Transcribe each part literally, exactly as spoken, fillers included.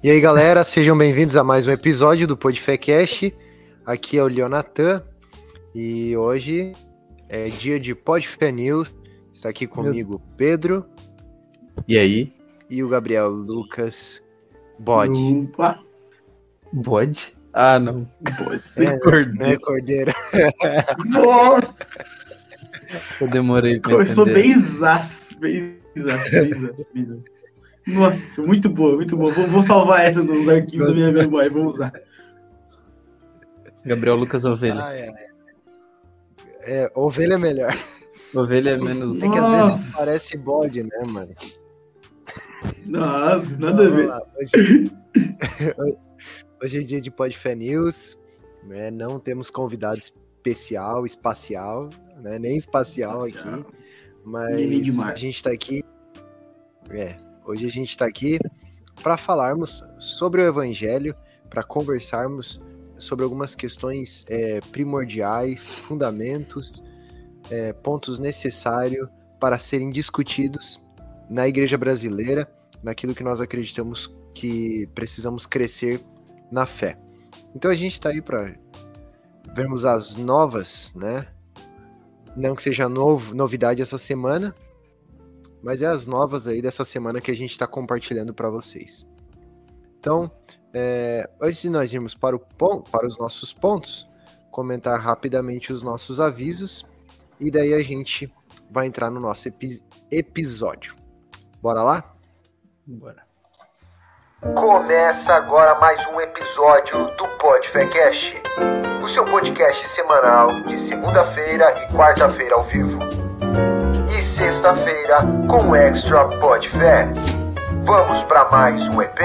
E aí, galera, sejam bem-vindos a mais um episódio do PodFecast. Aqui é o Leonatan e hoje é dia de PodFé News. Está aqui comigo o Pedro. E aí? E o Gabriel Lucas Bode. Opa! Bode? Ah, não. Bode. É, Cordeiro. não é cordeiro. Nossa! Eu demorei pra Começou entender. bem zaço, bem zaço, bem zaço, bem zaço. Nossa, muito boa, muito boa. Vou, vou salvar essa nos arquivos da minha memória, vou usar. Gabriel Lucas Ovelha. Ah, é. É, ovelha é melhor. Ovelha é menos... É que às Nossa. vezes parece bode, né, mano? Nossa, nada a Vamos ver. lá. Hoje, hoje é dia de PodFé News, né? Não temos convidado especial, espacial, né? Nem espacial, Espacial. aqui, mas Ninguém de mar. a gente tá aqui, é, hoje a gente tá aqui para falarmos sobre o Evangelho, para conversarmos sobre algumas questões é, primordiais, fundamentos, é, pontos necessários para serem discutidos na igreja brasileira, naquilo que nós acreditamos que precisamos crescer na fé. Então a gente está aí para vermos as novas, né? Não que seja novo, novidade essa semana, mas é as novas aí dessa semana que a gente está compartilhando para vocês. Então, é, antes de nós irmos para, o pon- para os nossos pontos, comentar rapidamente os nossos avisos e daí a gente vai entrar no nosso epi- episódio. Bora lá? Bora. Começa agora mais um episódio do PodFecast, o seu podcast semanal de segunda-feira e quarta-feira ao vivo. E sexta-feira com o Extra PodFé. Vamos para mais um E P?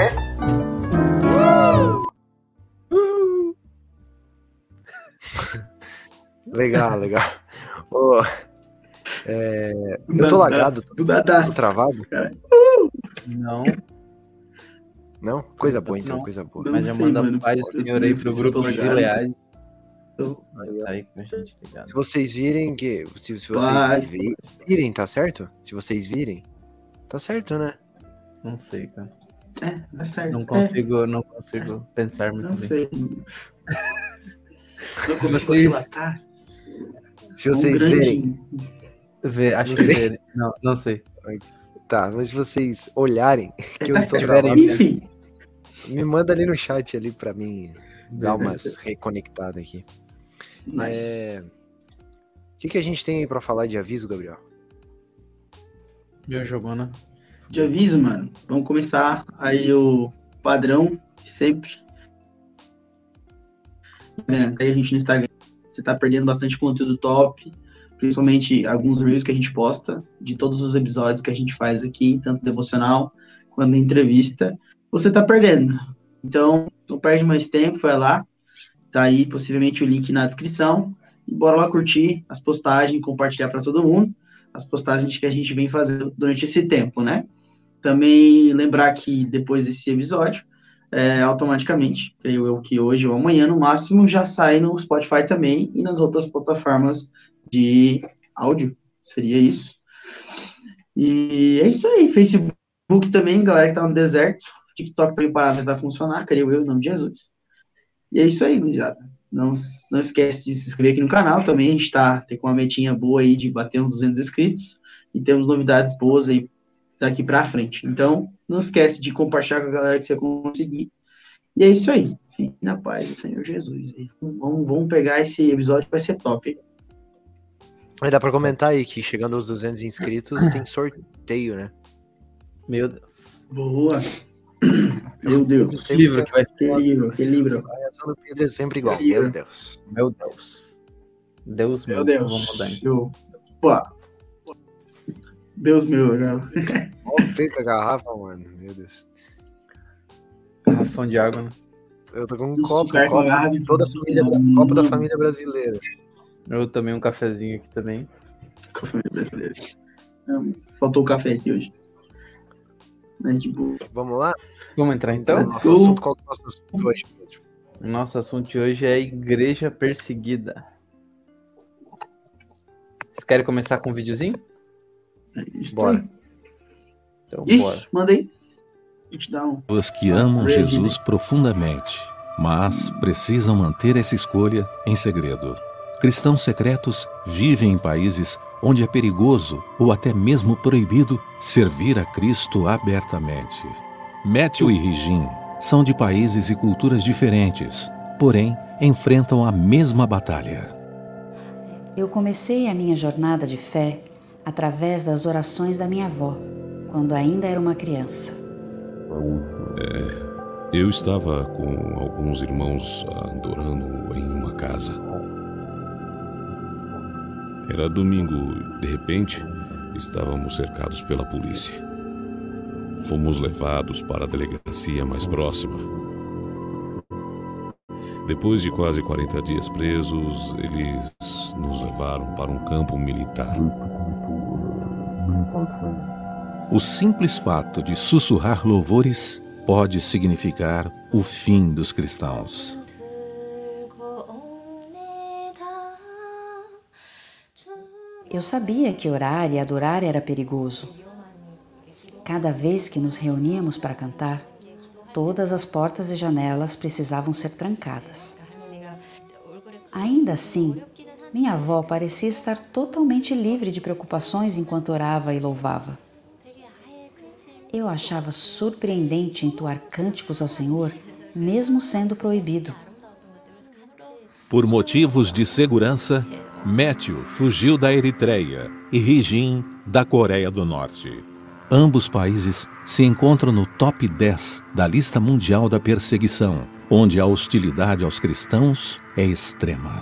Legal, legal. Ô, é, eu tô lagado, tô, Do Dadá. tô travado? Não, Não? Coisa boa então, Não. coisa boa. Não mas já sei, manda mano. paz do Senhor aí Eu pro não sei se eu tô grupo de ligado. Leais. Tô. Tá aí com a gente ligado. Se vocês virem que. Se, se vocês Paz, vi- paz. virem, tá certo? Se vocês virem, tá certo, né? Não sei, cara. É, tá certo. Não É, consigo, não consigo pensar muito não bem. sei. Não consigo vocês- relatar. Se vocês um grande... verem, Vê, acho Não que sei. vê. Não, não sei. tá, mas se vocês olharem, que eu Tá estou certo. travado, Enfim, me manda ali no chat ali pra mim dar umas reconectadas aqui. nice. É... O que, que a gente tem aí pra falar de aviso, Gabriel? Meu jogou, né? De aviso, mano, vamos começar aí o padrão de sempre. É, aí a gente no Instagram, você tá perdendo bastante conteúdo top, principalmente alguns reels que a gente posta, de todos os episódios que a gente faz aqui, tanto devocional quanto entrevista, você tá perdendo. Então, não perde mais tempo, vai lá, tá aí possivelmente o link na descrição, e bora lá curtir as postagens, compartilhar para todo mundo, as postagens que a gente vem fazendo durante esse tempo, né? Também lembrar que depois desse episódio, é, automaticamente, creio eu que hoje ou amanhã, no máximo, já sai no Spotify também e nas outras plataformas de áudio. Seria isso. E é isso aí. Facebook também, galera que tá no deserto. TikTok também parado, vai funcionar, creio eu, em nome de Jesus. E é isso aí, gurizada. Não, não esquece de se inscrever aqui no canal também. A gente tá tem com uma metinha boa aí de bater uns duzentos inscritos. E temos novidades boas aí daqui pra frente. Então, não esquece de compartilhar com a galera que você conseguir. E é isso aí. Fique na paz do Senhor Jesus. Vamos, vamos pegar esse episódio, vai ser top, hein? Mas dá pra comentar aí que chegando aos duzentos inscritos tem sorteio, né? Meu Deus. Boa. Meu Deus. Que livro que vai Que ser? livro, que livro. A reação do Pedro é sempre igual. Que livro. Meu Deus. Meu Deus. Deus meu, Meu Deus. vamos mudar então. Eu... Pô. Deus meu, não. Olha o peito da garrafa, mano. Meu Deus. Garrafão de água, né? Eu tô com um Isso, copo, cara, copo, com garrafa de toda a vinho, família, não. copo da família brasileira. Eu tomei um cafezinho aqui também. Café brasileiro. Não, faltou o café aqui hoje. Mas de boa. Vamos lá? Vamos entrar então? Let's Nosso go. assunto, qual que é o nosso assunto hoje, Pedro? O nosso assunto de hoje é igreja perseguida. Vocês querem começar com um videozinho? É isso Bora. aí. Então, Ixi, bora. manda aí. te dá um... Pessoas que amam Jesus profundamente, mas precisam manter essa escolha em segredo. Cristãos secretos vivem em países onde é perigoso ou até mesmo proibido servir a Cristo abertamente. Matthew e Regine são de países e culturas diferentes, porém enfrentam a mesma batalha. Eu comecei a minha jornada de fé através das orações da minha avó, quando ainda era uma criança. É, eu estava com alguns irmãos adorando em uma casa. Era domingo e, de repente, estávamos cercados pela polícia. Fomos levados para a delegacia mais próxima. Depois de quase quarenta dias presos, eles nos levaram para um campo militar. O simples fato de sussurrar louvores pode significar o fim dos cristãos. Eu sabia que orar e adorar era perigoso. Cada vez que nos reuníamos para cantar, todas as portas e janelas precisavam ser trancadas. Ainda assim, minha avó parecia estar totalmente livre de preocupações enquanto orava e louvava. Eu achava surpreendente entoar cânticos ao Senhor, mesmo sendo proibido. Por motivos de segurança, Matthew fugiu da Eritreia e Regine da Coreia do Norte. Ambos países se encontram no top dez da lista mundial da perseguição, onde a hostilidade aos cristãos é extrema.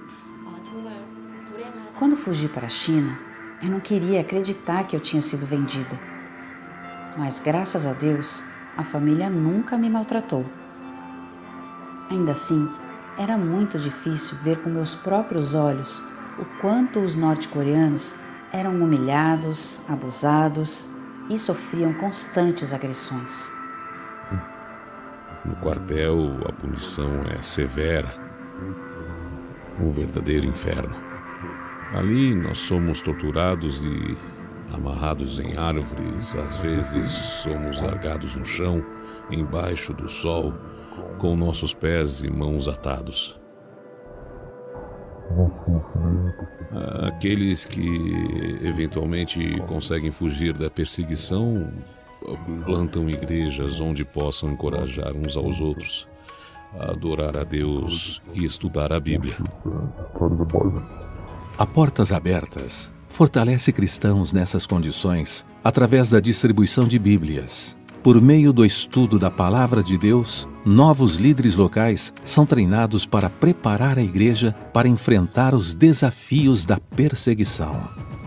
Quando fugi para a China, eu não queria acreditar que eu tinha sido vendida. Mas, graças a Deus, a família nunca me maltratou. Ainda assim, era muito difícil ver com meus próprios olhos o quanto os norte-coreanos eram humilhados, abusados e sofriam constantes agressões. No quartel, a punição é severa. Um verdadeiro inferno. Ali nós somos torturados e amarrados em árvores. Às vezes somos largados no chão, embaixo do sol, com nossos pés e mãos atados. Aqueles que eventualmente conseguem fugir da perseguição plantam igrejas onde possam encorajar uns aos outros a adorar a Deus e estudar a Bíblia. A Portas Abertas fortalece cristãos nessas condições através da distribuição de Bíblias. Por meio do estudo da Palavra de Deus, novos líderes locais são treinados para preparar a igreja para enfrentar os desafios da perseguição.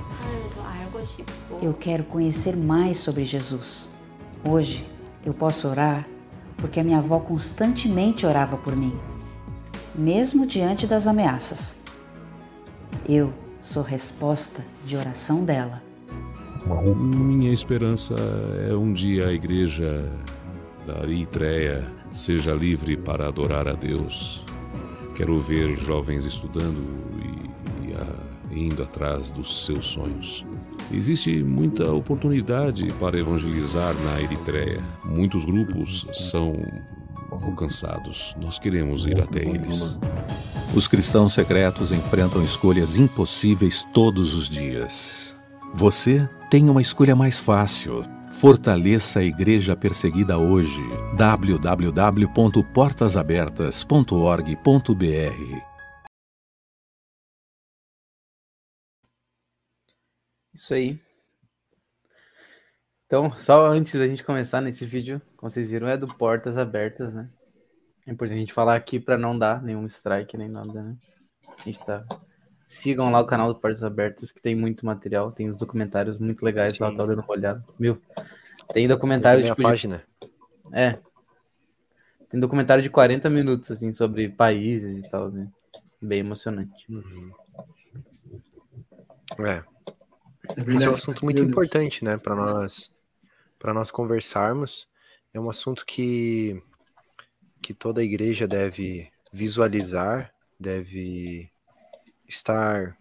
Eu quero conhecer mais sobre Jesus. Hoje, eu posso orar porque a minha avó constantemente orava por mim, mesmo diante das ameaças. Eu sou resposta de oração dela. Minha esperança é um dia a igreja da Eritreia seja livre para adorar a Deus. Quero ver jovens estudando e, e a, indo atrás dos seus sonhos. Existe muita oportunidade para evangelizar na Eritreia. Muitos grupos são alcançados. Nós queremos ir até eles. Os cristãos secretos enfrentam escolhas impossíveis todos os dias. Você tem uma escolha mais fácil. Fortaleça a igreja perseguida hoje. w w w ponto portas abertas ponto org ponto b r. Isso aí. Então, só antes da gente começar nesse vídeo, como vocês viram, é do Portas Abertas, né? É importante a gente falar aqui para não dar nenhum strike nem nada, né? A gente tá... Sigam lá o canal do Portas Abertas, que tem muito material, tem os documentários muito legais. Sim. Lá, tá dando uma olhada. Meu, tem documentário tipo, a página. De... É. Tem documentário de quarenta minutos, assim, sobre países e tal, né? Bem emocionante. Uhum. É. Esse é um assunto muito importante, né, para nós, para nós conversarmos. É um assunto que, que toda a igreja deve visualizar, deve estar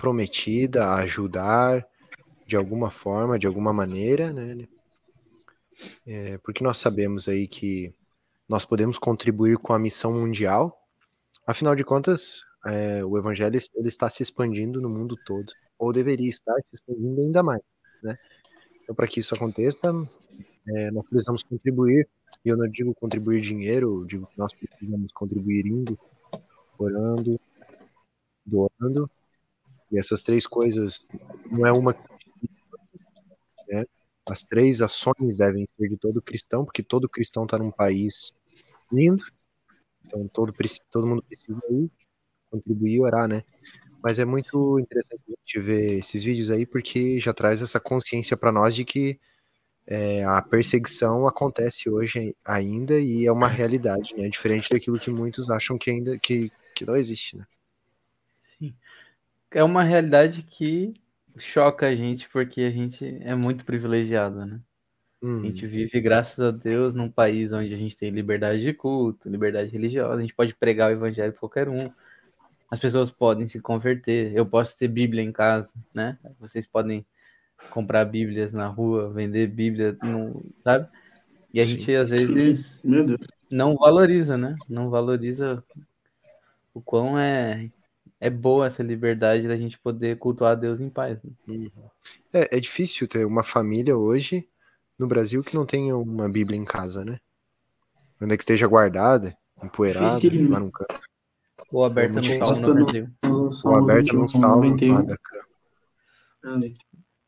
comprometida a ajudar de alguma forma, de alguma maneira, né, É, porque nós sabemos aí que nós podemos contribuir com a missão mundial. Afinal de contas, é, o evangelho ele está se expandindo no mundo todo, ou deveria estar se expandindo ainda mais, né? Então, para que isso aconteça, é, nós precisamos contribuir. E eu não digo contribuir dinheiro, eu digo que nós precisamos contribuir indo, orando, doando. E essas três coisas não é uma, né? As três ações devem ser de todo cristão, porque todo cristão está num país lindo, então todo, todo mundo precisa ir, contribuir e orar, né? Mas é muito interessante a gente ver esses vídeos aí, porque já traz essa consciência para nós de que é, a perseguição acontece hoje ainda e é uma realidade, né? Diferente daquilo que muitos acham que ainda que, que não existe, né? Sim. É uma realidade que choca a gente, porque a gente é muito privilegiado, né? Hum. A gente vive, graças a Deus, num país onde a gente tem liberdade de culto, liberdade religiosa, a gente pode pregar o evangelho para qualquer um, as pessoas podem se converter, eu posso ter Bíblia em casa, né? Vocês podem comprar Bíblias na rua, vender Bíblia, no, sabe? E a Sim. gente, às vezes, Sim, meu Deus. não valoriza, né? Não valoriza o quão é, é boa essa liberdade da gente poder cultuar a Deus em paz, né? Uhum. É, é difícil ter uma família hoje no Brasil que não tenha uma Bíblia em casa, né? Onde é que esteja guardada, empoeirada, Dificílimo. lá num canto. Ou aberta É no muito Salmo Posta no, noventa e um. no Ou Salmo aberta vinte e um, num salmo noventa e lá um. da cama. Ali.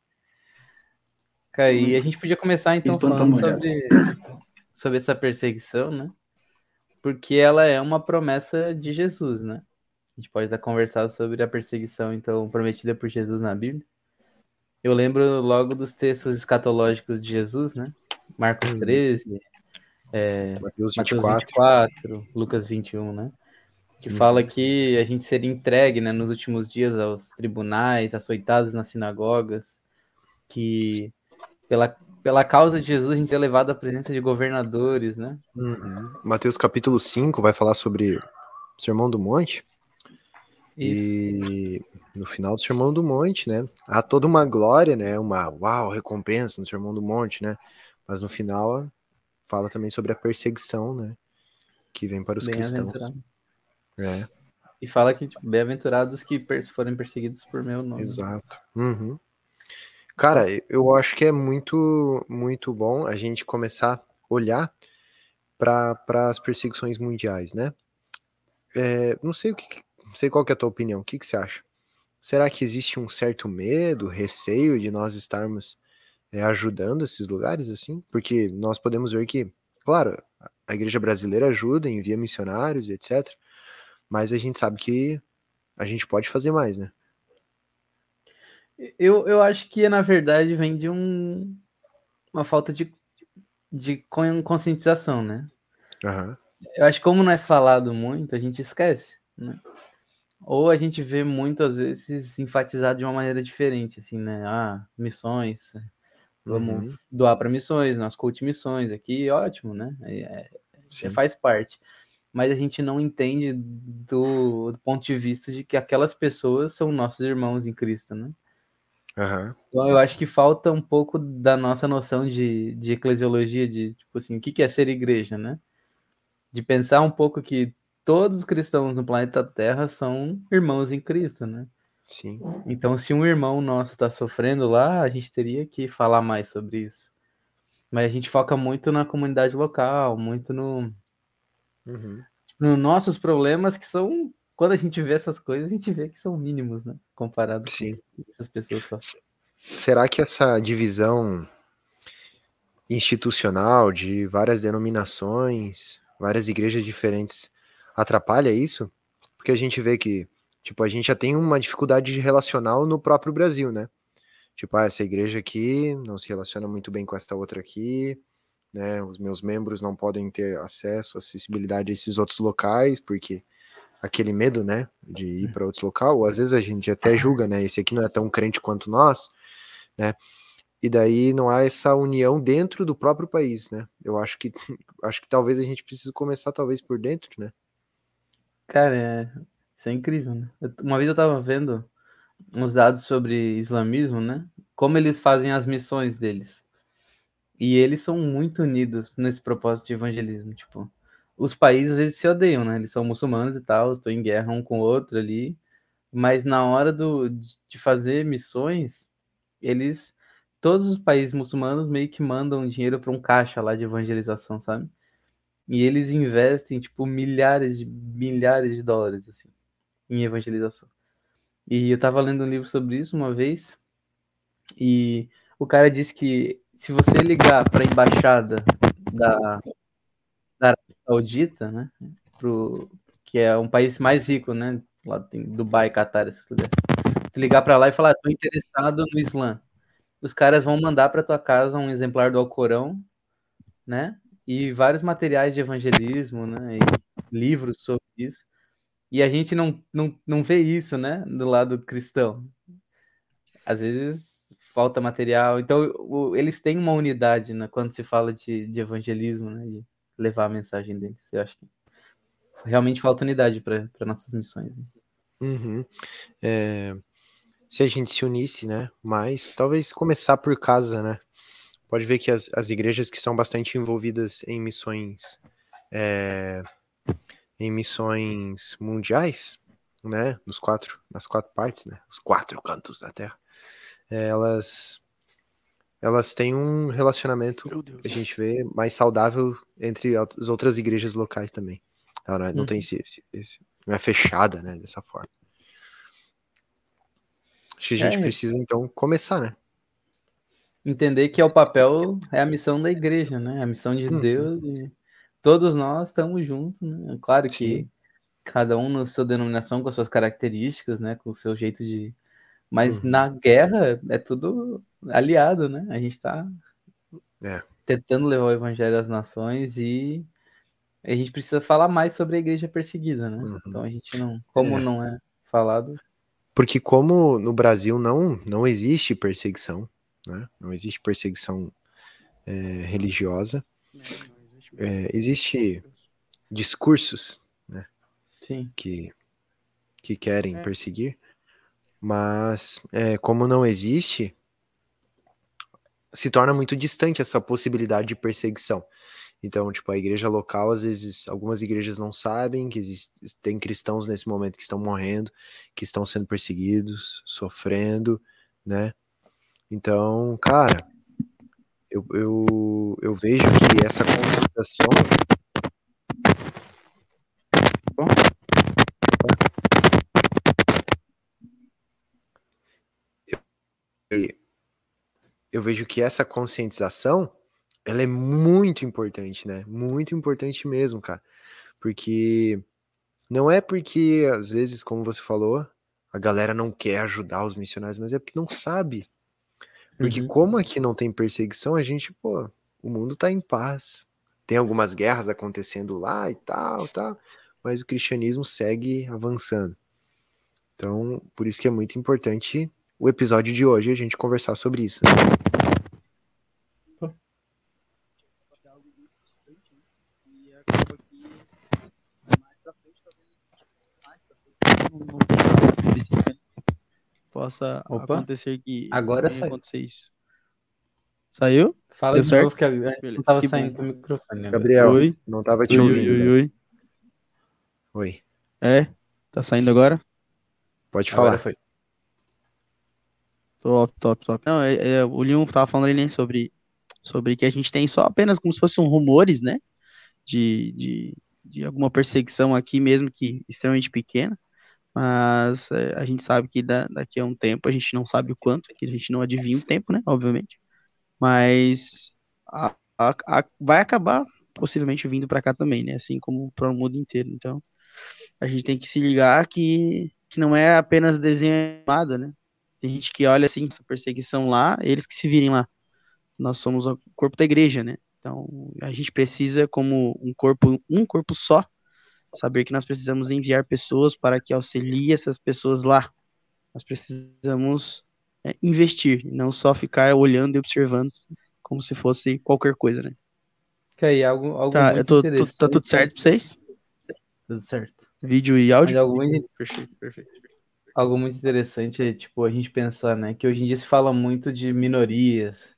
Cara, e a gente podia começar então Espanta falando molhado. sobre, sobre essa perseguição, né? Porque ela é uma promessa de Jesus, né? A gente pode estar conversando sobre a perseguição, então, prometida por Jesus na Bíblia. Eu lembro logo dos textos escatológicos de Jesus, né? Marcos Uhum. treze, é, Mateus vinte e Mateus vinte e quatro. quatro, Lucas vinte e um, né? Que Uhum. fala que a gente seria entregue, né, nos últimos dias aos tribunais, açoitados nas sinagogas, que pela, pela causa de Jesus a gente é levado à presença de governadores, né? Uhum. Mateus capítulo cinco vai falar sobre o Sermão do Monte. Isso. E no final do Sermão do Monte, né, há toda uma glória, né, uma uau, recompensa no Sermão do Monte, né, mas no final fala também sobre a perseguição, né, que vem para os cristãos. Bem-aventurado. É. E fala que, tipo, bem-aventurados que per- forem perseguidos por meu nome. Exato. Uhum. Cara, eu acho que é muito, muito bom a gente começar a olhar para as perseguições mundiais, né? É, não sei o que, não sei qual que é a tua opinião. O que, que você acha? Será que existe um certo medo, receio de nós estarmos é, ajudando esses lugares assim? Porque nós podemos ver que, claro, a igreja brasileira ajuda, envia missionários, etcétera. Mas a gente sabe que a gente pode fazer mais, né? Eu, eu acho que, na verdade, vem de um, uma falta de, de con- conscientização, né? Aham. Eu acho que como não é falado muito, a gente esquece, né? Ou a gente vê muito, às vezes, enfatizado de uma maneira diferente, assim, né? Ah, missões, vamos Uhum. doar para missões, nós cult missões aqui, ótimo, né? É, é, Sim. faz parte. Mas a gente não entende do, do ponto de vista de que aquelas pessoas são nossos irmãos em Cristo, né? Aham. Então eu acho que falta um pouco da nossa noção de, de eclesiologia, de tipo assim, o que é ser igreja, né? De pensar um pouco que todos os cristãos no planeta Terra são irmãos em Cristo, né? Sim. Então, se um irmão nosso está sofrendo lá, a gente teria que falar mais sobre isso. Mas a gente foca muito na comunidade local, muito no, Uhum. nos nossos problemas, que são, quando a gente vê essas coisas, a gente vê que são mínimos, né? Comparado com Sim. essas pessoas só. Será que essa divisão institucional de várias denominações, várias igrejas diferentes atrapalha isso? Porque a gente vê que, tipo, a gente já tem uma dificuldade relacional no próprio Brasil, né? Tipo, ah, essa igreja aqui não se relaciona muito bem com esta outra aqui, né? Os meus membros não podem ter acesso, acessibilidade a esses outros locais, porque aquele medo, né, de ir para outros locais, ou às vezes a gente até julga, né? Esse aqui não é tão crente quanto nós, né? E daí não há essa união dentro do próprio país, né? Eu acho que acho que talvez a gente precise começar talvez por dentro, né? Cara, é, isso é incrível, né? Eu- Uma vez eu tava vendo uns dados sobre islamismo, né? Como eles fazem as missões deles. E eles são muito unidos nesse propósito de evangelismo. Tipo, os países às vezes se odeiam, né? Eles são muçulmanos e tal, estão em guerra um com o outro ali. Mas na hora do, de fazer missões, eles, todos os países muçulmanos meio que mandam dinheiro para um caixa lá de evangelização, sabe? E eles investem, tipo, milhares de milhares de dólares, assim, em evangelização. E eu tava lendo um livro sobre isso uma vez, e o cara disse que se você ligar para a embaixada da, da Arábia Saudita, né, pro, que é um país mais rico, né, lá tem Dubai, Catar, esses lugares, tu ligar para lá e falar, tô interessado no Islã, os caras vão mandar para tua casa um exemplar do Alcorão, né, e vários materiais de evangelismo, né, e livros sobre isso. E a gente não, não, não vê isso, né, do lado cristão. Às vezes falta material. Então, o, eles têm uma unidade, né, quando se fala de, de evangelismo, né, de levar a mensagem deles. Eu acho que realmente falta unidade para nossas missões. Né? Uhum. É, se a gente se unisse, né, mais, talvez começar por casa, né? Pode ver que as, as igrejas que são bastante envolvidas em missões, é, em missões mundiais, né, nos quatro, nas quatro partes, né, os quatro cantos da Terra, é, elas, elas têm um relacionamento que a gente vê mais saudável entre as outras igrejas locais também. Ela não, é, não Uhum. tem esse, esse, esse, não é fechada, né, dessa forma. Acho que a gente É, precisa então começar, né? entender que é o papel, é a missão da igreja, né? A missão de Uhum. Deus e todos nós estamos juntos, né? Claro que Sim. cada um na sua denominação, com as suas características, né? Com o seu jeito de... Mas Uhum. na guerra é tudo aliado, né? A gente está É. tentando levar o evangelho às nações e a gente precisa falar mais sobre a igreja perseguida, né? Uhum. Então a gente não... Como É. não é falado... Porque como no Brasil não, não existe perseguição, né? Não existe perseguição é, religiosa, é, existe discursos, né, Sim. que, que querem perseguir, mas é, como não existe, se torna muito distante essa possibilidade de perseguição. Então, tipo, a igreja local, às vezes, algumas igrejas não sabem que existe, tem cristãos nesse momento que estão morrendo, que estão sendo perseguidos, sofrendo, né? Então, cara, eu, eu, eu vejo que essa conscientização... Bom. Eu, eu vejo que essa conscientização, ela é muito importante, né? Muito importante mesmo, cara. Porque não é porque, às vezes, como você falou, a galera não quer ajudar os missionários, mas é porque não sabe. Porque Uhum. como aqui não tem perseguição, a gente, pô, o mundo tá em paz. Tem algumas guerras acontecendo lá e tal, tal, mas o cristianismo segue avançando. Então, por isso que é muito importante o episódio de hoje a gente conversar sobre isso. Né? Não tem nada específico possa Opa. acontecer que Agora venha sai. acontecer isso. Saiu? Fala Deu de certo? novo que eu não Beleza, tava que saindo bom. do microfone. Agora. Gabriel, Oi. não tava te Oi, ouvindo. oi, né? oi, oi. Oi, É? Tá saindo agora? pode Agora falar. foi. Top, top, top. Não, é, é, o Leon tava falando ali, né, sobre, sobre que a gente tem só apenas como se fossem rumores, né, de, de, de alguma perseguição aqui mesmo, que extremamente pequena, mas é, a gente sabe que da, daqui a um tempo, a gente não sabe o quanto, que a gente não adivinha o tempo, né, obviamente, mas a, a, a- vai acabar possivelmente vindo para cá também, né, assim como para o mundo inteiro. Então, a gente tem que se ligar que, que não é apenas desenho animado, né? Tem gente que olha assim, essa perseguição lá, eles que se virem lá. Nós somos o corpo da igreja, né? Então, a gente precisa, como um corpo, um corpo só, saber que nós precisamos enviar pessoas para que auxiliem essas pessoas lá. Nós precisamos é, investir, não só ficar olhando e observando como se fosse qualquer coisa, né? Que aí algo, algo Tá, eu muito tô, tô- tá tudo interessante. certo pra vocês? Tudo certo. Vídeo e Mas áudio? algo muito, Perfeito, perfeito. algo muito interessante é, tipo, a gente pensar, né, que hoje em dia se fala muito de minorias,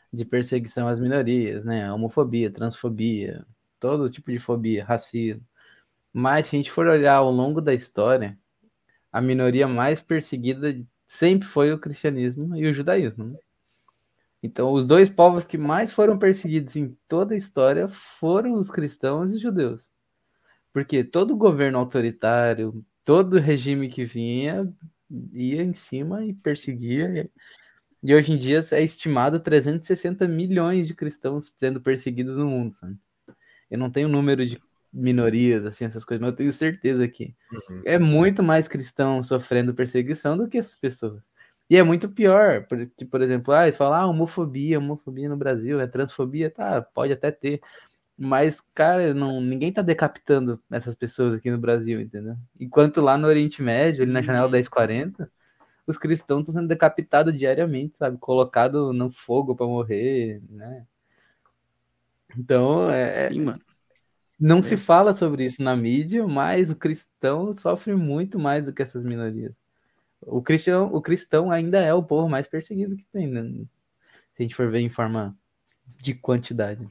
de perseguição às minorias, né? Homofobia, transfobia, todo tipo de fobia, racismo. Mas se a gente for olhar ao longo da história, a minoria mais perseguida sempre foi o cristianismo e o judaísmo, né? Então, os dois povos que mais foram perseguidos em toda a história foram os cristãos e os judeus. Porque todo governo autoritário, todo regime que vinha, ia em cima e perseguia. E hoje em dia é estimado trezentos e sessenta milhões de cristãos sendo perseguidos no mundo, sabe? Eu não tenho número de minorias, assim, essas coisas, mas eu tenho certeza que Uhum. é muito mais cristão sofrendo perseguição do que essas pessoas. E é muito pior, porque, por exemplo, ah, falar ah, homofobia, homofobia no Brasil, né? Transfobia, tá, pode até ter. Mas, cara, não, ninguém tá decapitando essas pessoas aqui no Brasil, entendeu? Enquanto lá no Oriente Médio, ali na janela dez quarenta, os cristãos estão sendo decapitados diariamente, sabe? Colocado no fogo para morrer, né? Então, é, Sim, mano. não É. se fala sobre isso na mídia, mas o cristão sofre muito mais do que essas minorias. O cristão, o cristão ainda é o povo mais perseguido que tem, né? Se a gente for ver em forma de quantidade.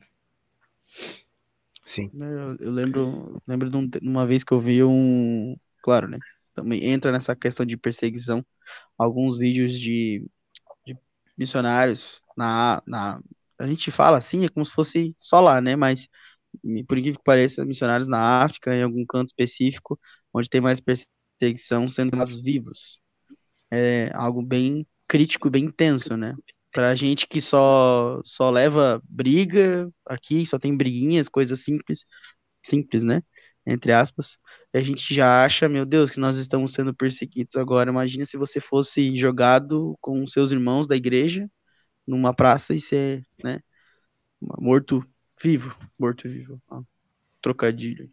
Sim. Eu, eu lembro, lembro de um- de uma vez que eu vi um, claro, né? Também entra nessa questão de perseguição, alguns vídeos de, de missionários na, na, a gente fala assim, é como se fosse só lá, né? Mas por incrível que pareça, missionários na África, em algum canto específico, onde tem mais perseguição, sendo queimados vivos. É algo bem crítico, bem intenso, né? Pra gente que só só leva briga aqui, só tem briguinhas, coisas simples, simples, né? Entre aspas, a gente já acha, meu Deus, que nós estamos sendo perseguidos agora. Imagina se você fosse jogado com seus irmãos da igreja numa praça e ser, né, morto vivo, morto vivo. Ó, trocadilho.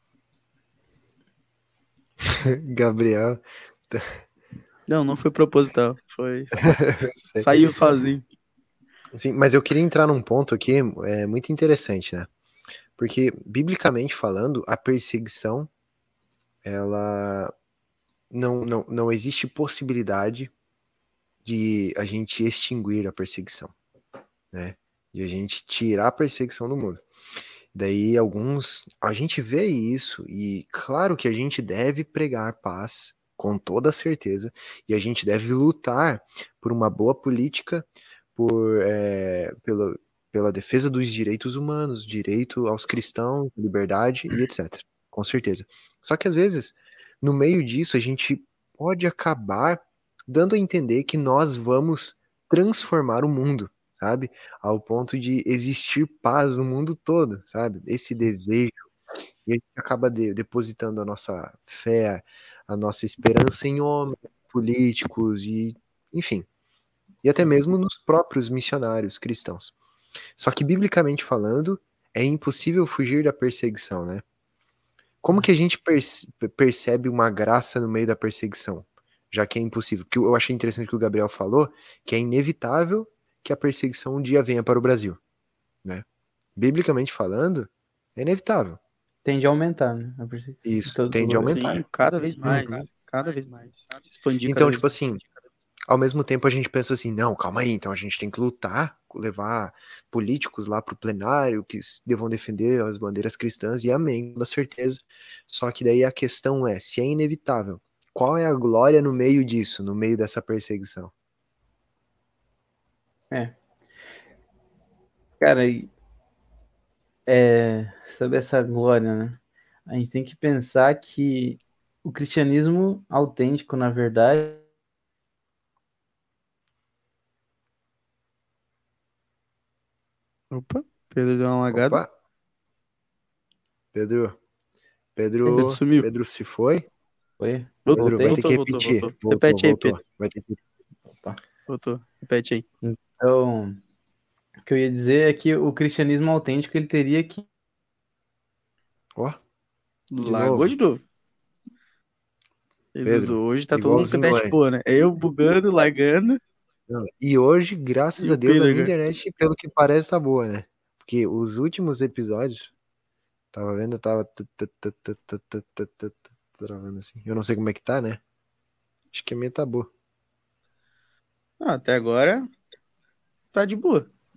Gabriel. Não, não foi proposital, foi Sei. saiu sozinho. Sim, mas eu queria entrar num ponto aqui é, muito interessante, né? Porque, biblicamente falando, a perseguição, ela não, não, não existe possibilidade de a gente extinguir a perseguição, né? De a gente tirar a perseguição do mundo. Daí alguns, a gente vê isso e claro que a gente deve pregar paz com toda certeza e a gente deve lutar por uma boa política, por é, pela, pela defesa dos direitos humanos, direito aos cristãos, liberdade e etcétera. Com certeza. Só que às vezes, no meio disso, a gente pode acabar dando a entender que nós vamos transformar o mundo, sabe? Ao ponto de existir paz no mundo todo, sabe? Esse desejo. E a gente acaba de- depositando a nossa fé, a nossa esperança em homens, políticos e, enfim, e até mesmo nos próprios missionários cristãos. Só que, biblicamente falando, é impossível fugir da perseguição, né? Como que a gente perce- percebe uma graça no meio da perseguição? Já que é impossível. Porque eu achei interessante o que o Gabriel falou, que é inevitável que a perseguição um dia venha para o Brasil, né? Biblicamente falando, é inevitável. Tende a aumentar, né? A perseguição em Isso, todos os tende a lugares. aumentar. Sim, cada vez mais, Uhum. cada vez mais. Se expandir cada Então, vez tipo mais. assim, ao mesmo tempo a gente pensa assim, não, calma aí, então a gente tem que lutar, levar políticos lá pro plenário que s- devam defender as bandeiras cristãs, e amém, com certeza. Só que daí a questão é, se é inevitável, qual é a glória no meio disso, no meio dessa perseguição? É. Cara, e, é, sobre essa glória, né? A gente tem que pensar que o cristianismo autêntico, na verdade, Opa, Pedro deu uma lagada. Opa, Pedro, Pedro Pedro, sumiu. Pedro se foi? foi, Pedro, vai voltei. ter que Voltou, voltou, repetir. voltou. Voltou, Repete aí, voltou. Pedro. Vai ter que... Opa. Voltou. Repete aí. Então, o que eu ia dizer é que o cristianismo autêntico ele teria que Ó, de Lagou novo, de novo. Jesus, Pedro, hoje tá todo mundo com a igualzinho internet boa, antes. né? Eu bugando, lagando Não, e hoje, graças e a o Deus, a Pedro minha agora. internet, pelo que parece, tá boa, né? Porque os últimos episódios, tava vendo, tava t- t- t- t- t- t- t- t- t- travando assim. Eu não sei como é que tá, né? Acho que a minha tá boa. Ah, até agora tá de boa.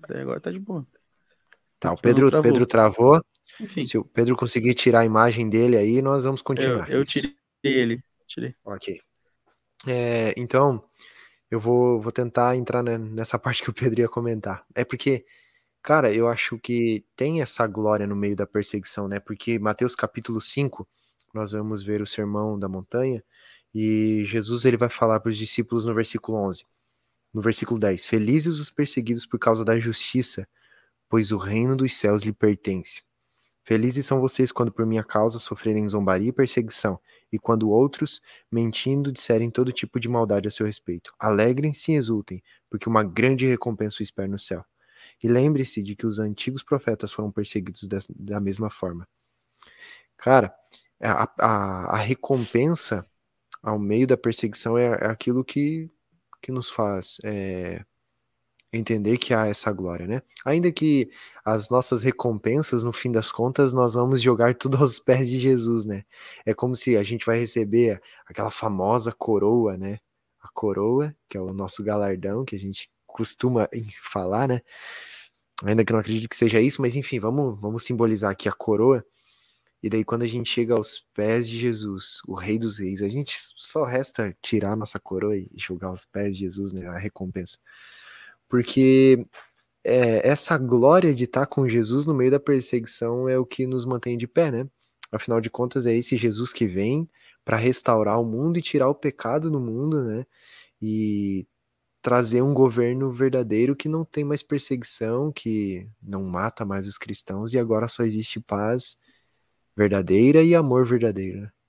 Daí agora tá de boa. Tá, o Senão Pedro, travou. Pedro travou. Enfim, Se o Pedro conseguir tirar a imagem dele aí, nós vamos eu, continuar. eu Isso. tirei ele. Tirei. Ok. É, então, eu vou, vou tentar entrar ne- nessa parte que o Pedro ia comentar. É porque, cara, eu acho que tem essa glória no meio da perseguição, né? Porque Mateus capítulo cinco, nós vamos ver o sermão da montanha, e Jesus ele vai falar para os discípulos no versículo onze. No versículo dez: Felizes os perseguidos por causa da justiça, pois o reino dos céus lhe pertence. Felizes são vocês quando por minha causa sofrerem zombaria e perseguição, e quando outros, mentindo, disserem todo tipo de maldade a seu respeito. Alegrem-se e exultem, porque uma grande recompensa o espera no céu. E lembre-se de que os antigos profetas foram perseguidos des- da mesma forma. Cara, a, a, a recompensa ao meio da perseguição é, é aquilo que, que nos faz é, entender que há essa glória, né? Ainda que as nossas recompensas, no fim das contas, nós vamos jogar tudo aos pés de Jesus, né? É como se a gente vai receber aquela famosa coroa, né? A coroa, que é o nosso galardão, que a gente costuma falar, né? Ainda que eu não acredito que seja isso, mas enfim, vamos, vamos simbolizar aqui a coroa. E daí, quando a gente chega aos pés de Jesus, o Rei dos Reis, a gente só resta tirar a nossa coroa e jogar aos pés de Jesus, né? A recompensa. Porque é, essa glória de estar com Jesus no meio da perseguição é o que nos mantém de pé, né? Afinal de contas, é esse Jesus que vem para restaurar o mundo e tirar o pecado do mundo, né? E trazer um governo verdadeiro que não tem mais perseguição, que não mata mais os cristãos e agora só existe paz verdadeira e amor verdadeiro, né?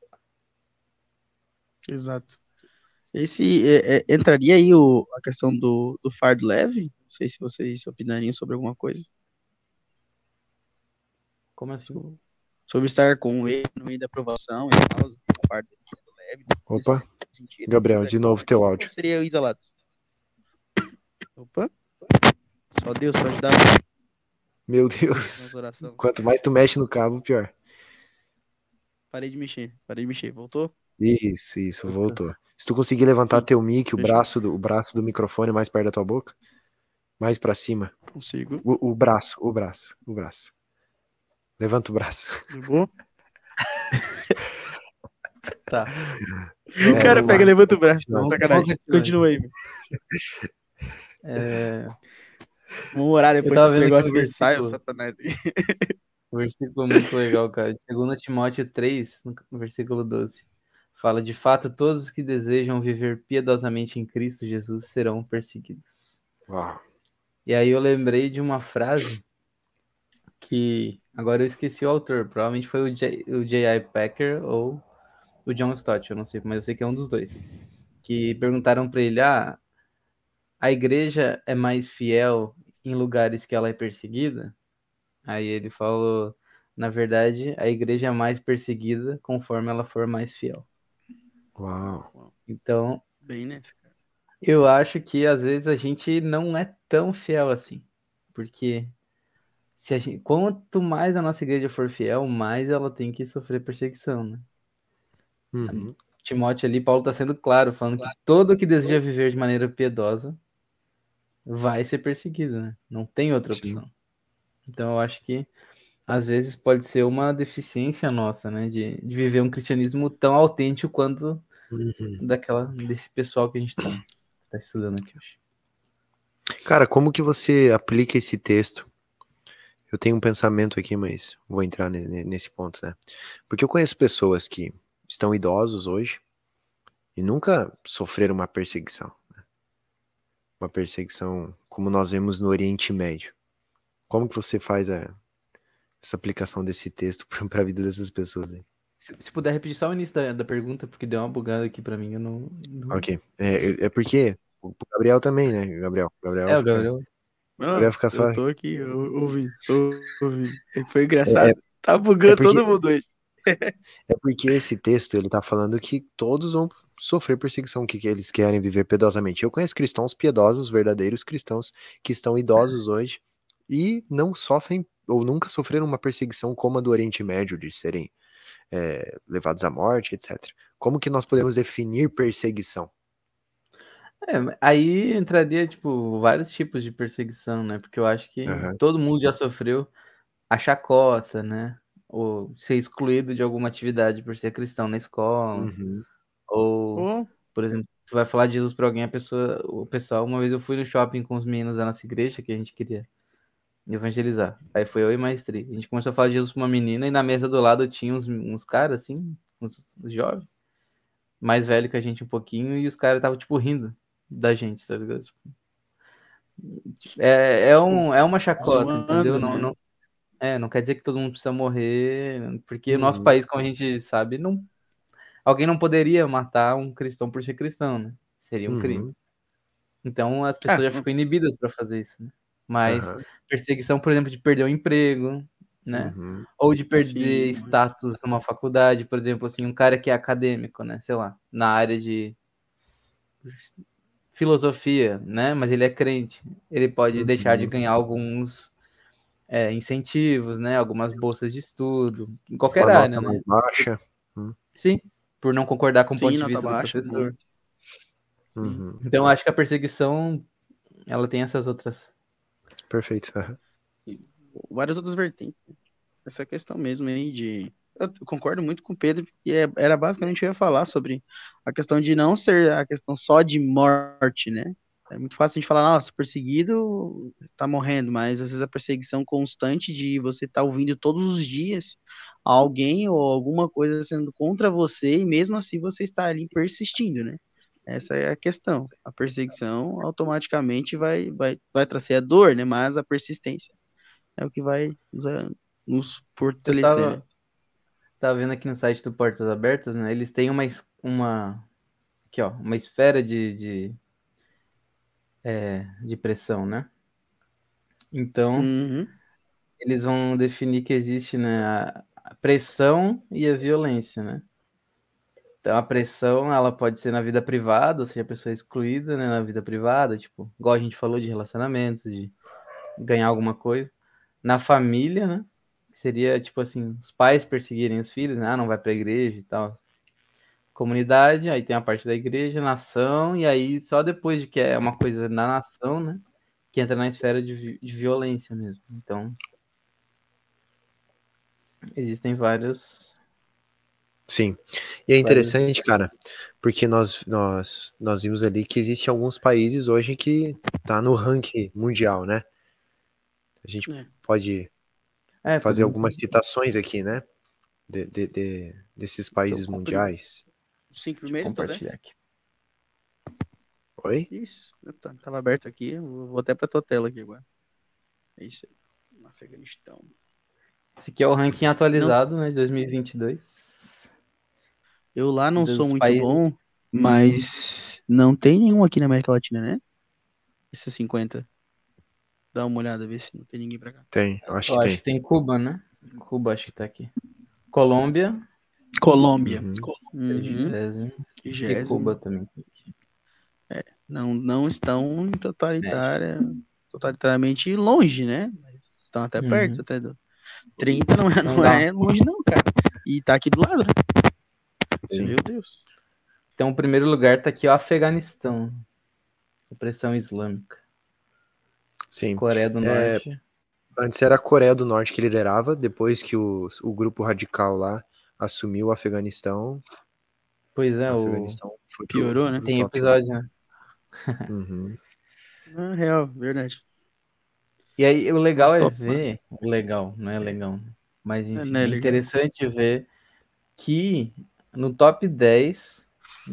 Exato. Esse é, é, entraria aí o, a questão do, do fardo leve? Não sei se vocês opinariam sobre alguma coisa. Como assim? Sobre estar com ele no meio da aprovação e tal, o fardo dele sendo leve, nesse, Opa, nesse sentido. Gabriel, de novo teu áudio. Ou seria isolado? Opa, só Deus pode dar Meu Deus, nas orações. quanto mais tu mexe no cabo, pior. Parei de mexer, parei de mexer. Voltou? Isso, isso, voltou. Se tu conseguir levantar Sim. teu mic, o Fechou. braço, do, o braço do microfone mais perto da tua boca, mais pra cima. Consigo. O, o braço, o braço, o braço. Levanta o braço. De boa? Tá. O cara vamos pega e lá. levanta o braço. Não, Sacanagem. vamos continuar. Continua aí. Meu. É, Vamos orar depois tava desse vendo negócio aqui o que sai, o versículo. satanás. um versículo muito legal, cara. Segundo Timóteo três, no versículo doze. Fala, de fato, todos os que desejam viver piedosamente em Cristo Jesus serão perseguidos. Uau. E aí eu lembrei de uma frase que agora eu esqueci o autor. Provavelmente foi o J I Packer ou o John Stott, eu não sei, mas eu sei que é um dos dois. Que perguntaram para ele, ah, a igreja é mais fiel em lugares que ela é perseguida? Aí ele falou, na verdade, a igreja é mais perseguida conforme ela for mais fiel. Uau. Então, Bem nessa, cara. eu acho que às vezes a gente não é tão fiel assim. Porque se a gente, quanto mais a nossa igreja for fiel, mais ela tem que sofrer perseguição, né? Uhum. Timóteo ali, Paulo está sendo claro, falando que todo que deseja viver de maneira piedosa vai ser perseguido, né? Não tem outra Sim. opção. Então eu acho que às vezes pode ser uma deficiência nossa, né? De, de viver um cristianismo tão autêntico quanto Uhum. daquela, desse pessoal que a gente tá, tá estudando aqui hoje. Cara, como que você aplica esse texto? Eu tenho um pensamento aqui, mas vou entrar ne- nesse ponto, né? Porque eu conheço pessoas que estão idosos hoje e nunca sofreram uma perseguição. Né? Uma perseguição como nós vemos no Oriente Médio. Como que você faz a, essa aplicação desse texto para a vida dessas pessoas aí? Se, se puder repetir só o início da, da pergunta, porque deu uma bugada aqui pra mim, eu não... não... Ok. É, é porque o Gabriel também, né? Gabriel, Gabriel, É, o fica, Gabriel... Não, Gabriel fica só... eu tô aqui, eu ouvi, eu ouvi. É que foi É, engraçado. é, Tá bugando é porque- todo mundo hoje. é porque esse texto, ele tá falando que todos vão sofrer perseguição, que, que eles querem viver piedosamente. Eu conheço cristãos piedosos, verdadeiros cristãos, que estão idosos hoje e não sofrem, ou nunca sofreram uma perseguição como a do Oriente Médio, de serem é, levados à morte, etcétera. Como que nós podemos definir perseguição? É, aí entraria, tipo, vários tipos de perseguição, né? Porque eu acho que Aham. todo mundo já sofreu a chacota, né? Ou ser excluído de alguma atividade por ser cristão na escola. Uhum. Ou, Pô, por exemplo, tu vai falar de Jesus pra alguém, a pessoa, o pessoal, uma vez eu fui no shopping com os meninos da nossa igreja, que a gente queria evangelizar. Aí foi eu e mais três. A gente começou a falar de Jesus pra uma menina e na mesa do lado tinha uns, uns caras, assim, uns, uns jovens, mais velho que a gente um pouquinho, e os caras estavam, tipo, rindo da gente, tá ligado? Tipo, É, é, um, é uma chacota, entendeu? zoando, Não, né? não, é, não quer dizer que todo mundo precisa morrer, porque o nosso Uhum. país, como a gente sabe, não, alguém não poderia matar um cristão por ser cristão, né? Seria um crime. Uhum. Então as Ah, pessoas já ficam inibidas para fazer isso, né? Mas Aham. perseguição, por exemplo, de perder o emprego, né? Uhum. Ou de perder sim, muito. status numa faculdade, por exemplo, assim, um cara que é acadêmico, né? Sei lá, na área de filosofia, né? Mas ele é crente. Ele pode deixar de Uhum. ganhar alguns é, incentivos, né? Algumas bolsas de estudo, em qualquer Uma área, nota né? mais baixa. Hum. Sim, por não concordar com o ponto Sim, de nota vista do baixa, professor. muito. Sim. Uhum. Então, eu acho que a perseguição, ela tem essas outras. Perfeito. Aham. E várias outras vertentes. Essa questão mesmo aí de. Eu concordo muito com o Pedro, e é- era basicamente o que eu ia falar sobre a questão de não ser a questão só de morte, né? É muito fácil a gente falar, nossa, perseguido tá morrendo, mas às vezes a perseguição constante de você estar ouvindo todos os dias alguém ou alguma coisa sendo contra você, e mesmo assim você está ali persistindo, né? Essa é a questão. A perseguição automaticamente vai, vai, vai trazer a dor, né? Mas a persistência é o que vai nos, nos Eu fortalecer, né? tava, tava vendo aqui no site do Portas Abertas, né? Eles têm uma, es- uma, aqui, ó, uma esfera de, de, é, de pressão, né? Então, Uhum. eles vão definir que existe, né, a a pressão e a violência, né? Então, a pressão, ela pode ser na vida privada, ou seja, a pessoa é excluída, né, na vida privada, tipo, igual a gente falou de relacionamentos, de ganhar alguma coisa. Na família, né? Seria, tipo assim, os pais perseguirem os filhos, né? Ah, não vai pra igreja e tal. Comunidade, aí tem a parte da igreja, nação, e aí só depois de que é uma coisa na nação, né? Que entra na esfera de, vi- de violência mesmo. Então, existem vários, Sim. E é vários. interessante, cara, porque nós, nós, nós vimos ali que existem alguns países hoje que tá no ranking mundial, né? A gente É. pode É, fazer podemos. algumas citações aqui, né? De, de- de- desses Deixa eu países compartilhar, mundiais. Os cinco deixa eu primeiros, compartilhar talvez? aqui. Oi? Isso. Eu tá- tava aberto aqui. Eu vou até pra tua tela aqui agora. É isso aí. Afeganistão. Esse aqui é o ranking Não, atualizado, né, de dois mil e vinte e dois, eu lá não sou dos muito bom, países. mas não tem nenhum aqui na América Latina, né? Esses cinquenta. Dá uma olhada, ver se não tem ninguém pra cá. Tem, eu acho Eu que acho tem. que tem Cuba, né? Cuba acho que tá aqui. Colômbia, Colômbia. Uhum. Uhum. trigésimo, e Vigésimo. Cuba também. Não, não estão em México. totalitária, totalitariamente longe, né? Mas estão até perto, Uhum. até do trinta não é, Então não dá. é longe não, cara. E tá aqui do lado, né? Sim. Meu Deus. Então, o primeiro lugar tá aqui o Afeganistão. Opressão islâmica. Sim. Coreia do É, Norte. antes era a Coreia do Norte que liderava, depois que o, o grupo radical lá assumiu o Afeganistão, Pois é, o o... Afeganistão foi pro, Piorou, né? pro tem top. episódio, né? Uhum. Ah, real, verdade. E aí, o Mas legal é top, mano. ver... O legal, não é legal, né? Mas, É, enfim, né, é legal. interessante ver que no top dez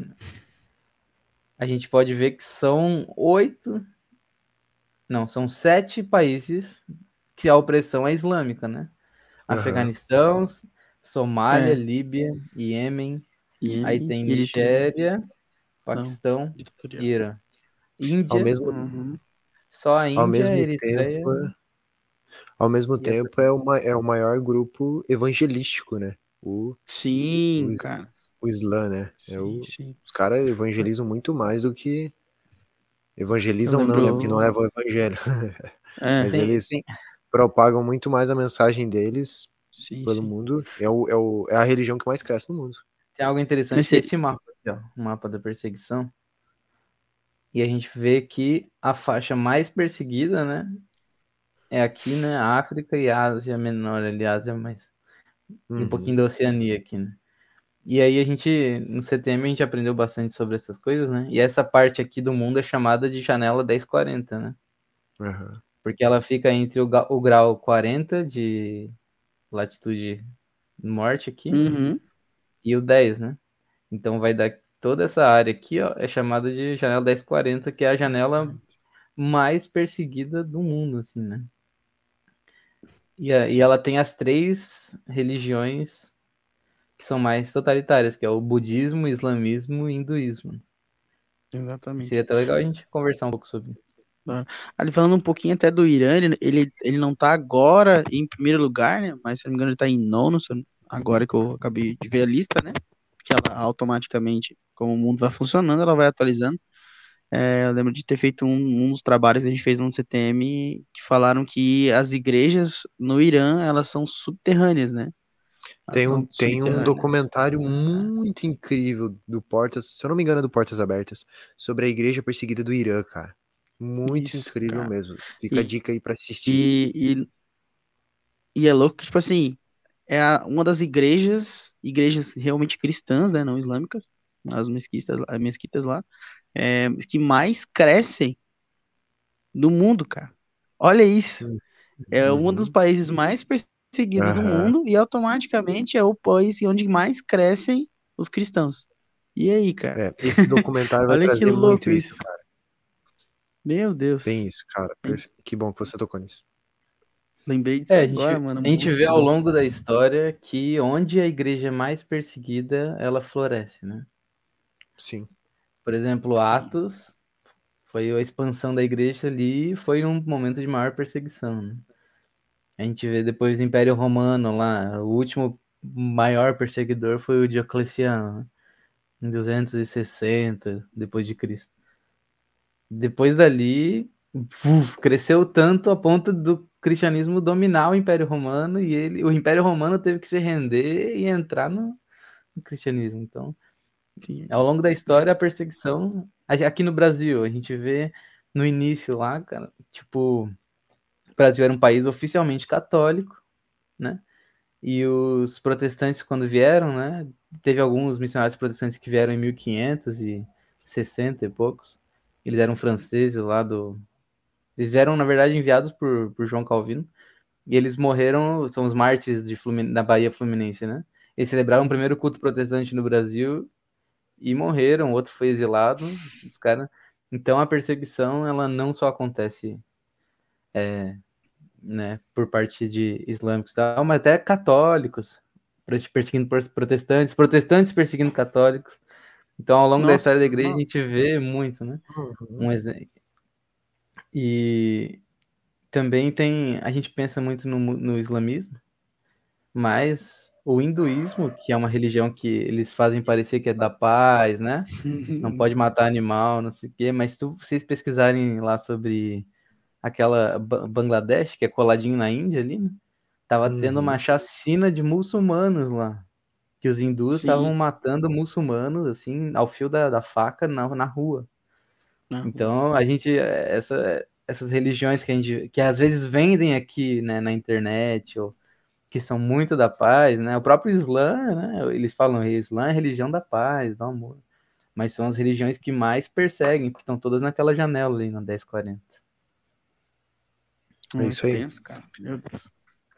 a gente pode ver que são oito... Não, são sete países que a opressão é islâmica, né? Aham. Afeganistão, Somália, É, Líbia, Iêmen, aí Iêmen, tem Eritreia. Nigéria, Não, Paquistão e ditatorial. Irã. Ao Índia, mesmo, Uhum. só a ao Índia, mesmo Eritreia tempo, ao mesmo e a tempo é, uma, é o maior grupo evangelístico, né? O, o, Sim, is- cara. o Islã, né? É Sim, o, sim. os caras evangelizam muito mais do que. Eu Evangelizam não, né? Porque não lembro. levam o evangelho. É, Mas tem, eles tem, propagam muito mais a mensagem deles sim, pelo sim. mundo. É, o, é, o, é a religião que mais cresce no mundo. tem algo Mas interessante que é se- esse mapa aqui, ó, o mapa da perseguição. E a gente vê que a faixa mais perseguida, né, é aqui, né, África e Ásia Menor, ali, Ásia mais... E um Uhum. pouquinho da Oceania aqui, né. E aí a gente, no C T M, a gente aprendeu bastante sobre essas coisas, né, e essa parte aqui do mundo é chamada de janela dez quarenta, né, Uhum. porque ela fica entre o, ga- o grau quarenta de latitude norte aqui Uhum. e o dez, né. Então vai dar toda essa área aqui, ó, é chamada de janela dez quarenta, que é a janela mais perseguida do mundo, assim, né. E, a- e ela tem as três religiões que são mais totalitárias, que é o budismo, o islamismo e o hinduísmo. E Exatamente. seria até legal a gente conversar um pouco sobre. Ah, Ali falando um pouquinho até do Irã, ele, ele, ele não tá agora em primeiro lugar, né? Mas se não me engano, ele tá em nono, se eu- agora que eu acabei de ver a lista, né? Que ela automaticamente, como o mundo vai funcionando, ela vai atualizando. É, eu lembro de ter feito um, um dos trabalhos que a gente fez no C T M que falaram que as igrejas no Irã, elas são subterrâneas, né? Elas Tem um, são tem um subterrâneas. documentário muito incrível do Portas, se eu não me engano, é do Portas Abertas, sobre a igreja perseguida do Irã, cara. Muito Isso, incrível cara. mesmo. Fica a E, dica aí pra assistir. e, e, e é louco que, tipo assim, é a- uma das igrejas, igrejas realmente cristãs, né, não islâmicas, as mesquitas, as mesquitas lá, é, que mais crescem do mundo, cara. Olha isso. É um dos Uhum. países mais perseguidos do Aham. mundo e automaticamente é o país onde mais crescem os cristãos. E aí, cara? É, esse documentário vai Olha que trazer muito louco isso, isso. cara. Meu Bem Deus. isso, cara. Per- Que bom que você tocou nisso. Lembrei disso É, a agora, gente, mano. a gente vê Muito ao louco. longo da história que onde a igreja é mais perseguida, ela floresce, né? Sim. Por exemplo, Sim. Atos foi a expansão da igreja ali, e foi um momento de maior perseguição, né? A gente vê depois o Império Romano lá, o último maior perseguidor foi o Diocleciano, né? Em duzentos e sessenta depois de Cristo. Depois dali, uf, cresceu tanto a ponto do cristianismo dominar o Império Romano e ele, o Império Romano teve que se render e entrar no, no cristianismo. Então, Sim. ao longo da história, a perseguição aqui no Brasil, a gente vê no início lá, cara, tipo, o Brasil era um país oficialmente católico, né? E os protestantes, quando vieram, né? Teve alguns missionários protestantes que vieram em mil quinhentos e sessenta e poucos. Eles eram franceses lá do. Eles vieram, na verdade, enviados por, por João Calvino. E eles morreram, são os mártires de Flumin... da Bahia Fluminense, né? Eles celebraram o primeiro culto protestante no Brasil e morreram. Outro foi exilado. Os caras. Então a perseguição, ela não só acontece, né, por parte de islâmicos, tá? Mas até católicos perseguindo protestantes, protestantes perseguindo católicos. Então, ao longo da Nossa, história da igreja, a nossa. gente vê muito, né? Uhum. Um exemplo. E também tem, a gente pensa muito no, no islamismo, mas o hinduísmo, que é uma religião que eles fazem parecer que é da paz, né? Não pode matar animal, não sei o quê, mas se vocês pesquisarem lá sobre aquela Ba- Bangladesh, que é coladinho na Índia ali, né? Tava tendo uma Uhum. chacina de muçulmanos lá, que os hindus estavam Sim, matando muçulmanos, assim, ao fio da, da faca na, na rua. na rua. Então, a gente, essa, essas religiões que a gente, que às vezes vendem aqui, né, na internet, ou que são muito da paz, né? O próprio Islã, né? Eles falam, o Islã é a religião da paz, do amor. Mas são as religiões que mais perseguem, porque estão todas naquela janela ali, na dez quarenta. É Muito isso aí. tenso, cara. Meu Deus.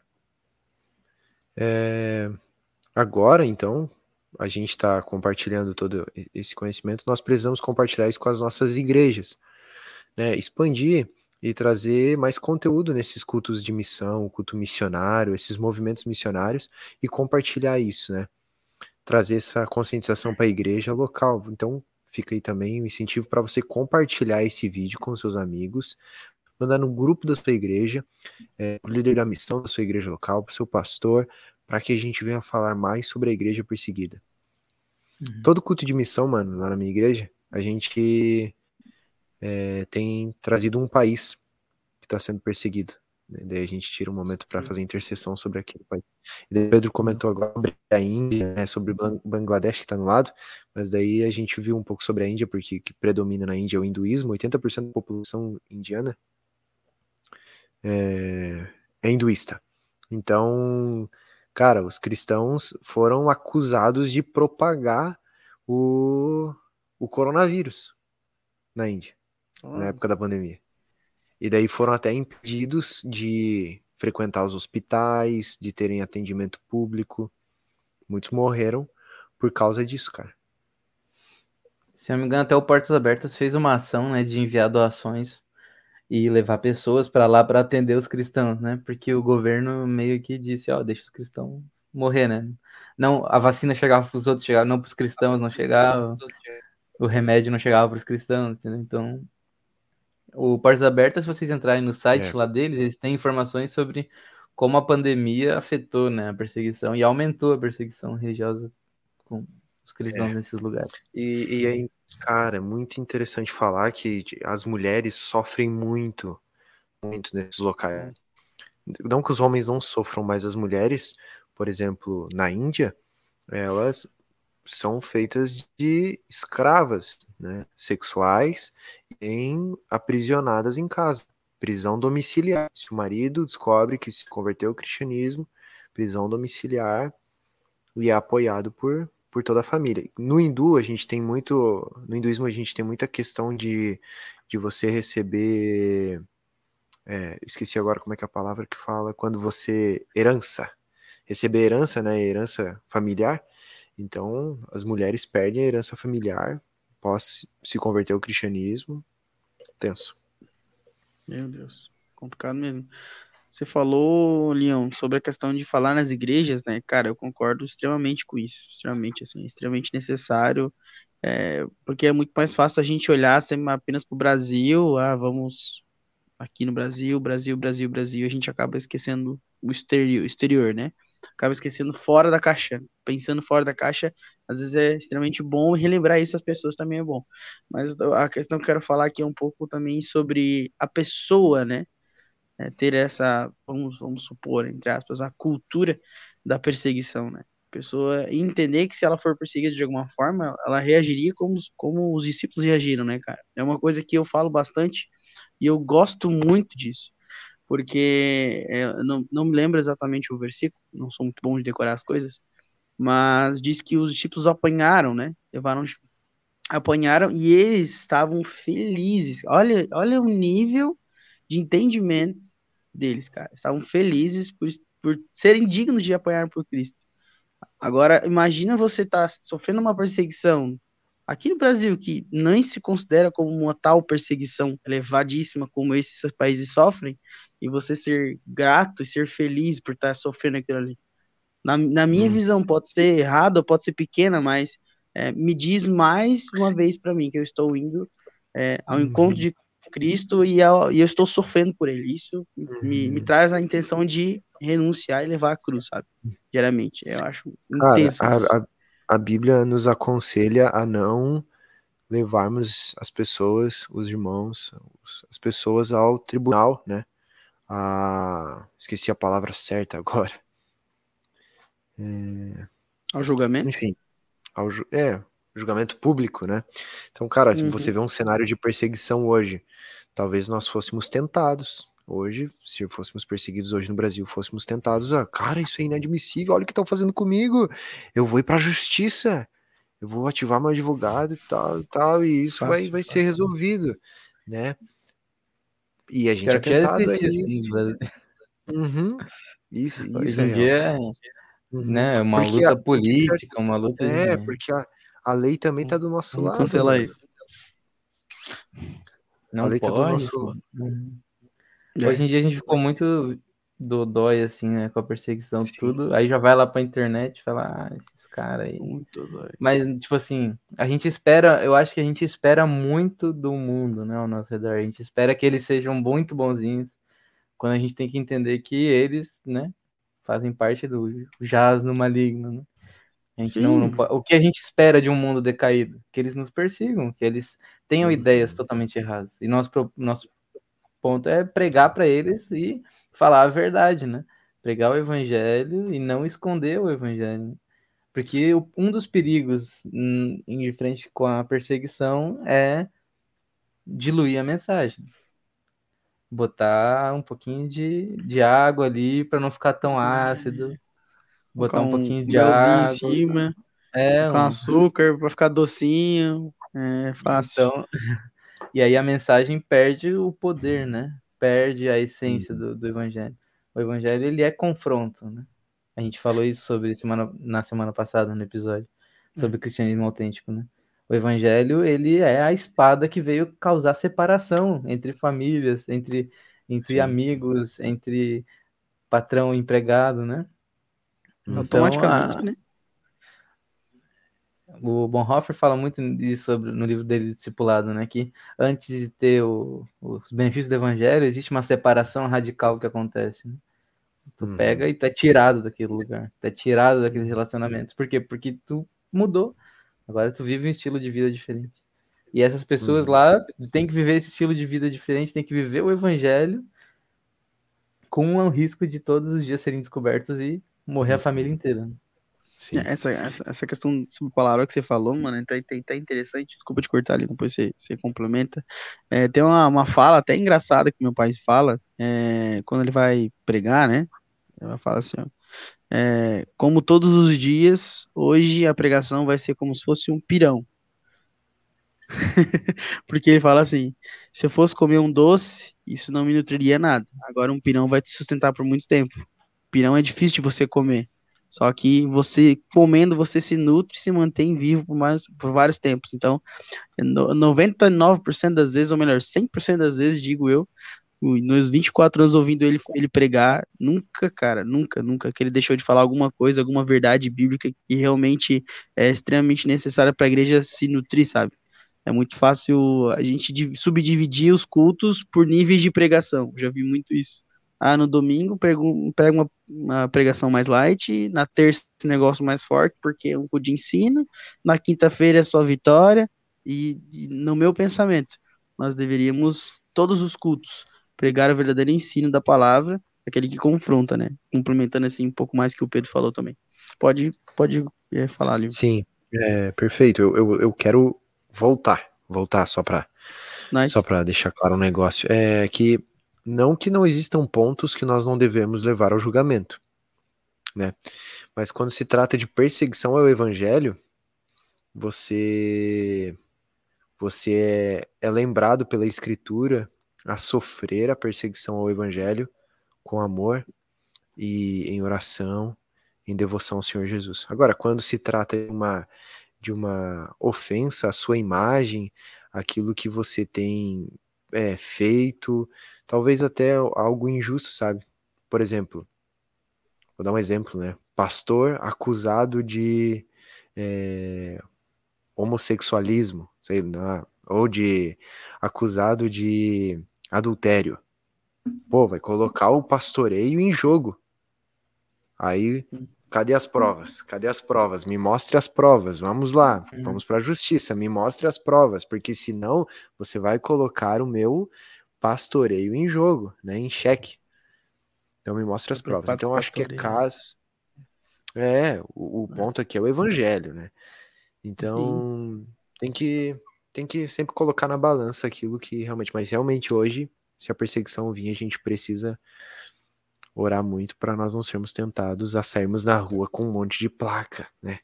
É, Agora, então, a gente está compartilhando todo esse conhecimento, nós precisamos compartilhar isso com as nossas igrejas, né? Expandir e trazer mais conteúdo nesses cultos de missão, culto missionário, esses movimentos missionários e compartilhar isso, né? Trazer essa conscientização para a igreja local. Então, fica aí também o incentivo para você compartilhar esse vídeo com seus amigos, mandar no grupo da sua igreja, é, o líder da missão da sua igreja local, para o seu pastor, para que a gente venha falar mais sobre a igreja perseguida. Uhum. Todo culto de missão, mano, lá na minha igreja, a gente é, tem trazido um país que está sendo perseguido. né? Daí a gente tira um momento para fazer intercessão sobre aquele país. E daí o Pedro comentou agora sobre a Índia, né, sobre o Bangladesh que está no lado, mas daí a gente viu um pouco sobre a Índia, porque o que predomina na Índia é o hinduísmo. oitenta por cento da população indiana é, é hinduísta. Então, cara, os cristãos foram acusados de propagar o, o coronavírus na Índia, na época da pandemia. E daí foram até impedidos de frequentar os hospitais, de terem atendimento público. Muitos morreram por causa disso, cara. Se eu não me engano, até o Portas Abertas fez uma ação, né, de enviar doações e levar pessoas para lá para atender os cristãos, né? Porque o governo meio que disse, ó, deixa os cristãos morrer, né? Não, a vacina chegava para os outros, chegava não para os cristãos, não chegava. O remédio não chegava para os cristãos, entendeu? Então, o Portas Abertas, se vocês entrarem no site É. lá deles, eles têm informações sobre como a pandemia afetou, né, a perseguição e aumentou a perseguição religiosa com os cristãos É. nesses lugares. E, e aí, cara, é muito interessante falar que as mulheres sofrem muito, muito nesses locais. Não que os homens não sofram, mas as mulheres, por exemplo, na Índia, elas são feitas de escravas, né, sexuais, em, aprisionadas em casa. Prisão domiciliar. Se o marido descobre que se converteu ao cristianismo, prisão domiciliar, e é apoiado por, por toda a família. No hindu, a gente tem muito. No hinduísmo, a gente tem muita questão de, de você receber. É, esqueci agora como é que é a palavra que fala. Quando você. Herança. Receber herança, né? Herança familiar. Então, as mulheres perdem a herança familiar após se converter ao cristianismo. Tenso. Meu Deus, complicado mesmo. Você falou, Leão, sobre a questão de falar nas igrejas, né? Cara, eu concordo extremamente com isso, extremamente, assim, extremamente necessário, é, porque é muito mais fácil a gente olhar sempre apenas para o Brasil, ah, vamos aqui no Brasil, Brasil, Brasil, Brasil, a gente acaba esquecendo o exterior, exterior, né? Acaba esquecendo fora da caixa, pensando fora da caixa, às vezes é extremamente bom e relembrar isso às pessoas também é bom. Mas a questão que eu quero falar aqui é um pouco também sobre a pessoa, né? É, ter essa, vamos, vamos supor, entre aspas, a cultura da perseguição, né? A pessoa entender que se ela for perseguida de alguma forma, ela reagiria como, como os discípulos reagiram, né, cara? É uma coisa que eu falo bastante e eu gosto muito disso, porque é, eu não, não me lembro exatamente o versículo, não sou muito bom de decorar as coisas, mas diz que os discípulos apanharam, né? Levaram, apanharam e eles estavam felizes. Olha, olha o nível de entendimento deles, cara. Estavam felizes por, por serem dignos de apanhar por Cristo. Agora, imagina você estar tá sofrendo uma perseguição aqui no Brasil, que nem se considera como uma tal perseguição elevadíssima como esses países sofrem, e você ser grato e ser feliz por estar tá sofrendo aquilo ali. Na, na minha hum. visão, pode ser errado, pode ser pequena, mas é, me diz mais uma vez para mim que eu estou indo é, ao uhum. encontro de Cristo e, ao, e eu estou sofrendo por ele. Isso uhum. me, me traz a intenção de renunciar e levar a cruz, sabe? Diariamente. Eu acho intenso. Cara, a, a, a Bíblia nos aconselha a não levarmos as pessoas, os irmãos, as pessoas ao tribunal, né? A... Esqueci a palavra certa agora. É... Ao julgamento? Enfim, ao ju... é, julgamento público, né? Então, cara, se uhum. você vê um cenário de perseguição hoje, talvez nós fôssemos tentados. Hoje, se fôssemos perseguidos hoje no Brasil, fôssemos tentados a, cara, isso é inadmissível, olha o que estão fazendo comigo, eu vou ir pra justiça, eu vou ativar meu advogado e tal, e tal, e isso fácil, vai, vai ser resolvido, né? E a gente Quero é tentado assistir, assim, uhum. Isso, isso hoje é em dia, uhum. né, uma porque luta a, política, uma luta... É, de... porque a, a lei também tá do nosso Vamos lado. cancelar mano. isso. Não a lei pode, tá do nosso... Uhum. É. Hoje em dia a gente ficou muito dodói, assim, né, com a perseguição, Sim. tudo, aí já vai lá pra internet e fala, ah, esses caras aí. Muito doido. Mas, tipo assim, a gente espera, eu acho que a gente espera muito do mundo, né, ao nosso redor. A gente espera que eles sejam muito bonzinhos, quando a gente tem que entender que eles, né, fazem parte do jaz no maligno, né? A gente não, não pode... O que a gente espera de um mundo decaído? Que eles nos persigam, que eles tenham uhum. ideias totalmente erradas. E nós, nós ponto é pregar para eles e falar a verdade, né? Pregar o evangelho e não esconder o evangelho. Porque um dos perigos em de frente com a perseguição é diluir a mensagem. Botar um pouquinho de, de água ali para não ficar tão ácido. Colocar Botar um um pouquinho de melzinho em água. cima, É, colocar um um... açúcar para ficar docinho. É fácil. Então, e aí a mensagem perde o poder, né? Perde a essência Uhum. do, do evangelho. O evangelho, ele é confronto, né? A gente falou isso sobre semana, na semana passada, no episódio, sobre o cristianismo autêntico, né? O evangelho, ele é a espada que veio causar separação entre famílias, entre, entre Sim. amigos, entre patrão e empregado, né? Então, Automaticamente, a, né? o Bonhoeffer fala muito disso sobre, no livro dele, Discipulado, né? Que antes de ter o, os benefícios do evangelho, existe uma separação radical que acontece, né? Tu Uhum. pega e tu é tirado daquele lugar, tu é tirado daqueles relacionamentos. Por quê? Porque tu mudou. Agora tu vive um estilo de vida diferente. E essas pessoas Uhum. lá têm que viver esse estilo de vida diferente, têm que viver o evangelho com o risco de todos os dias serem descobertos e morrer a família inteira. Sim. Essa, essa, essa questão sobre palavra que você falou, mano, tá, tá, tá interessante. Desculpa te cortar ali, depois você, você complementa. É, tem uma, uma fala até engraçada que meu pai fala, é, quando ele vai pregar, né? Ela fala assim, ó, é, como todos os dias, hoje a pregação vai ser como se fosse um pirão. Porque ele fala assim, se eu fosse comer um doce, isso não me nutriria nada. Agora um pirão vai te sustentar por muito tempo. Pirão é difícil de você comer. Só que você comendo, você se nutre e se mantém vivo por, mais, por vários tempos. Então, no- noventa e nove por cento das vezes, ou melhor, cem por cento das vezes, digo eu, o- nos vinte e quatro anos ouvindo ele, ele pregar, nunca, cara, nunca, nunca que ele deixou de falar alguma coisa, alguma verdade bíblica que realmente é extremamente necessária para a igreja se nutrir, sabe? É muito fácil a gente div- subdividir os cultos por níveis de pregação. Já vi muito isso. Ah, no domingo pego- pega uma, uma pregação mais light, na terça esse negócio mais forte, porque é um culto de ensino, na quinta-feira é só vitória, e, e no meu pensamento, nós deveríamos, todos os cultos, pregar o verdadeiro ensino da palavra, aquele que confronta, né? Complementando assim um pouco mais que o Pedro falou também. Pode, pode é, falar ali. Sim, é, perfeito. Eu, eu, eu quero voltar, voltar só para Nice. só para deixar claro um negócio. É que não que não existam pontos que nós não devemos levar ao julgamento, né? Mas quando se trata de perseguição ao evangelho, você você é, é lembrado pela escritura a sofrer a perseguição ao evangelho com amor e em oração, em devoção ao Senhor Jesus. Agora, quando se trata de uma de uma ofensa à sua imagem, aquilo que você tem é, feito, talvez até algo injusto, sabe? Por exemplo, vou dar um exemplo, né? Pastor acusado de é, homossexualismo, sei lá, ou de acusado de adultério. Pô, vai colocar o pastoreio em jogo. Aí, cadê as provas? Cadê as provas? Me mostre as provas. Vamos lá, vamos para a justiça. Me mostre as provas, porque senão você vai colocar o meu pastoreio em jogo, né, em xeque. Então me mostre Tô as provas. preocupado com Então o eu acho que é pastoreio. casos. É, o, o ponto aqui é o evangelho, né? Sim. Então tem que tem que sempre colocar na balança aquilo que realmente, mas realmente hoje, se a perseguição vir, a gente precisa orar muito para nós não sermos tentados a sairmos na rua com um monte de placa, né?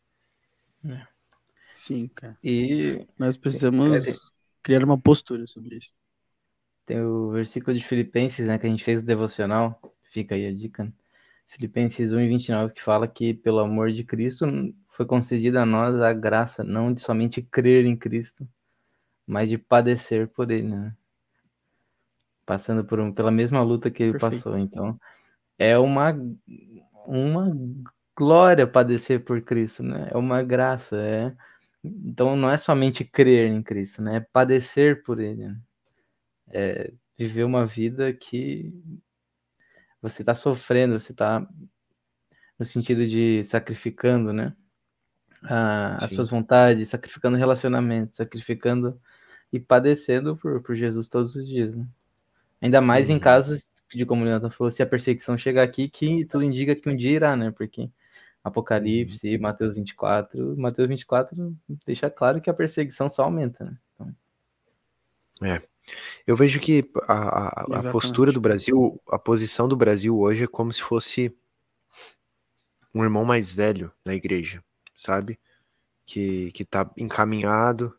Sim, cara. E Nós é, precisamos criar uma postura sobre isso. tem o versículo de Filipenses, né, que a gente fez o devocional, fica aí a dica, né? Filipenses um e vinte e nove, que fala que pelo amor de Cristo foi concedida a nós a graça, não de somente crer em Cristo, mas de padecer por ele, né? Passando por um, pela mesma luta que ele Perfeito. passou. Então, é uma, uma glória padecer por Cristo, né? É uma graça, é... Então, não é somente crer em Cristo, né? É padecer por ele, né? É viver uma vida que você está sofrendo, você está no sentido de sacrificando, né? A, as Sim. suas vontades, sacrificando relacionamentos, sacrificando e padecendo por, por Jesus todos os dias, né? Ainda mais em Uhum. casos de, como o Leandro falou, se a perseguição chegar aqui, que tudo indica que um dia irá, né? Porque Apocalipse, Mateus vinte e quatro, Mateus vinte e quatro deixa claro que a perseguição só aumenta, né? Então, É. Eu vejo que a, a, a postura Exatamente. do Brasil, a posição do Brasil hoje é como se fosse um irmão mais velho na igreja, sabe? Que, que tá encaminhado,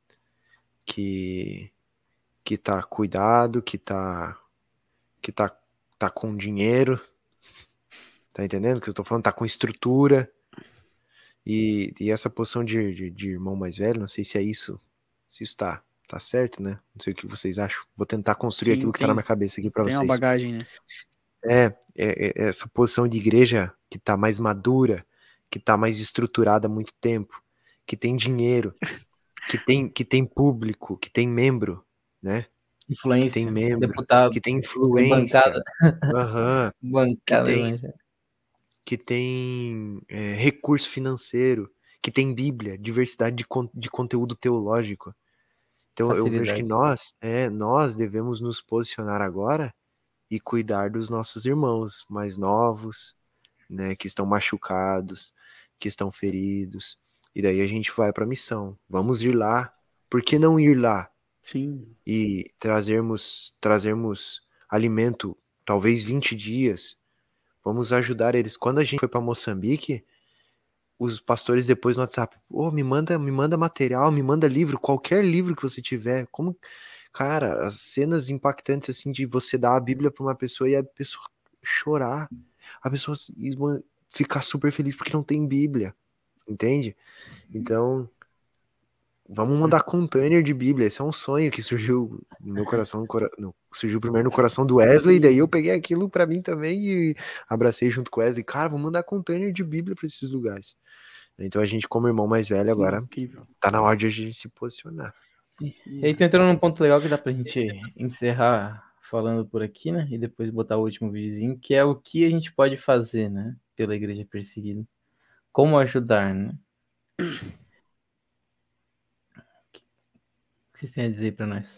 que, que tá cuidado, que tá, que tá, tá com dinheiro, tá entendendo o que eu tô falando? Tá com estrutura, e, e essa posição de, de, de irmão mais velho, não sei se é isso, se isso tá, tá certo, né? Não sei o que vocês acham. Vou tentar construir Sim, aquilo que tá na tem, minha cabeça aqui pra tem uma vocês. bagagem, né? É, é, é essa posição de igreja que tá mais madura, que tá mais estruturada há muito tempo, que tem dinheiro, que tem, que tem público, que tem membro, né? Que tem influência, membro, deputado, que tem tem bancada, influência, aham, que bancada tem, evangélica. que tem é, recurso financeiro, que tem Bíblia, diversidade de, con- de conteúdo teológico. Então eu vejo que Facilidade. nós, é, nós devemos nos posicionar agora e cuidar dos nossos irmãos mais novos, né, que estão machucados, que estão feridos. E daí a gente vai para a missão. Vamos ir lá. Por que não ir lá Sim, e trazermos trazermos alimento, talvez vinte dias? Vamos ajudar eles. Quando a gente foi para Moçambique, os pastores depois no WhatsApp, ô, me manda, me manda material, me manda livro, qualquer livro que você tiver. Como, cara, as cenas impactantes assim de você dar a Bíblia para uma pessoa e a pessoa chorar, a pessoa esma- ficar super feliz porque não tem Bíblia, entende? Então, vamos mandar container de Bíblia. Esse é um sonho que surgiu no meu coração, no cora- no- surgiu primeiro no coração do Wesley, daí sim, eu peguei aquilo pra mim também e abracei junto com o Wesley. Cara, vamos mandar container de Bíblia pra esses lugares. Então a gente, como irmão mais velho, sim, agora incrível. tá na hora de a gente se posicionar. E aí tu entrou num ponto legal que dá pra gente encerrar falando por aqui, né? E depois botar o último videozinho, que é o que a gente pode fazer, né? Pela igreja perseguida. Como ajudar, né? O que vocês têm a dizer pra nós?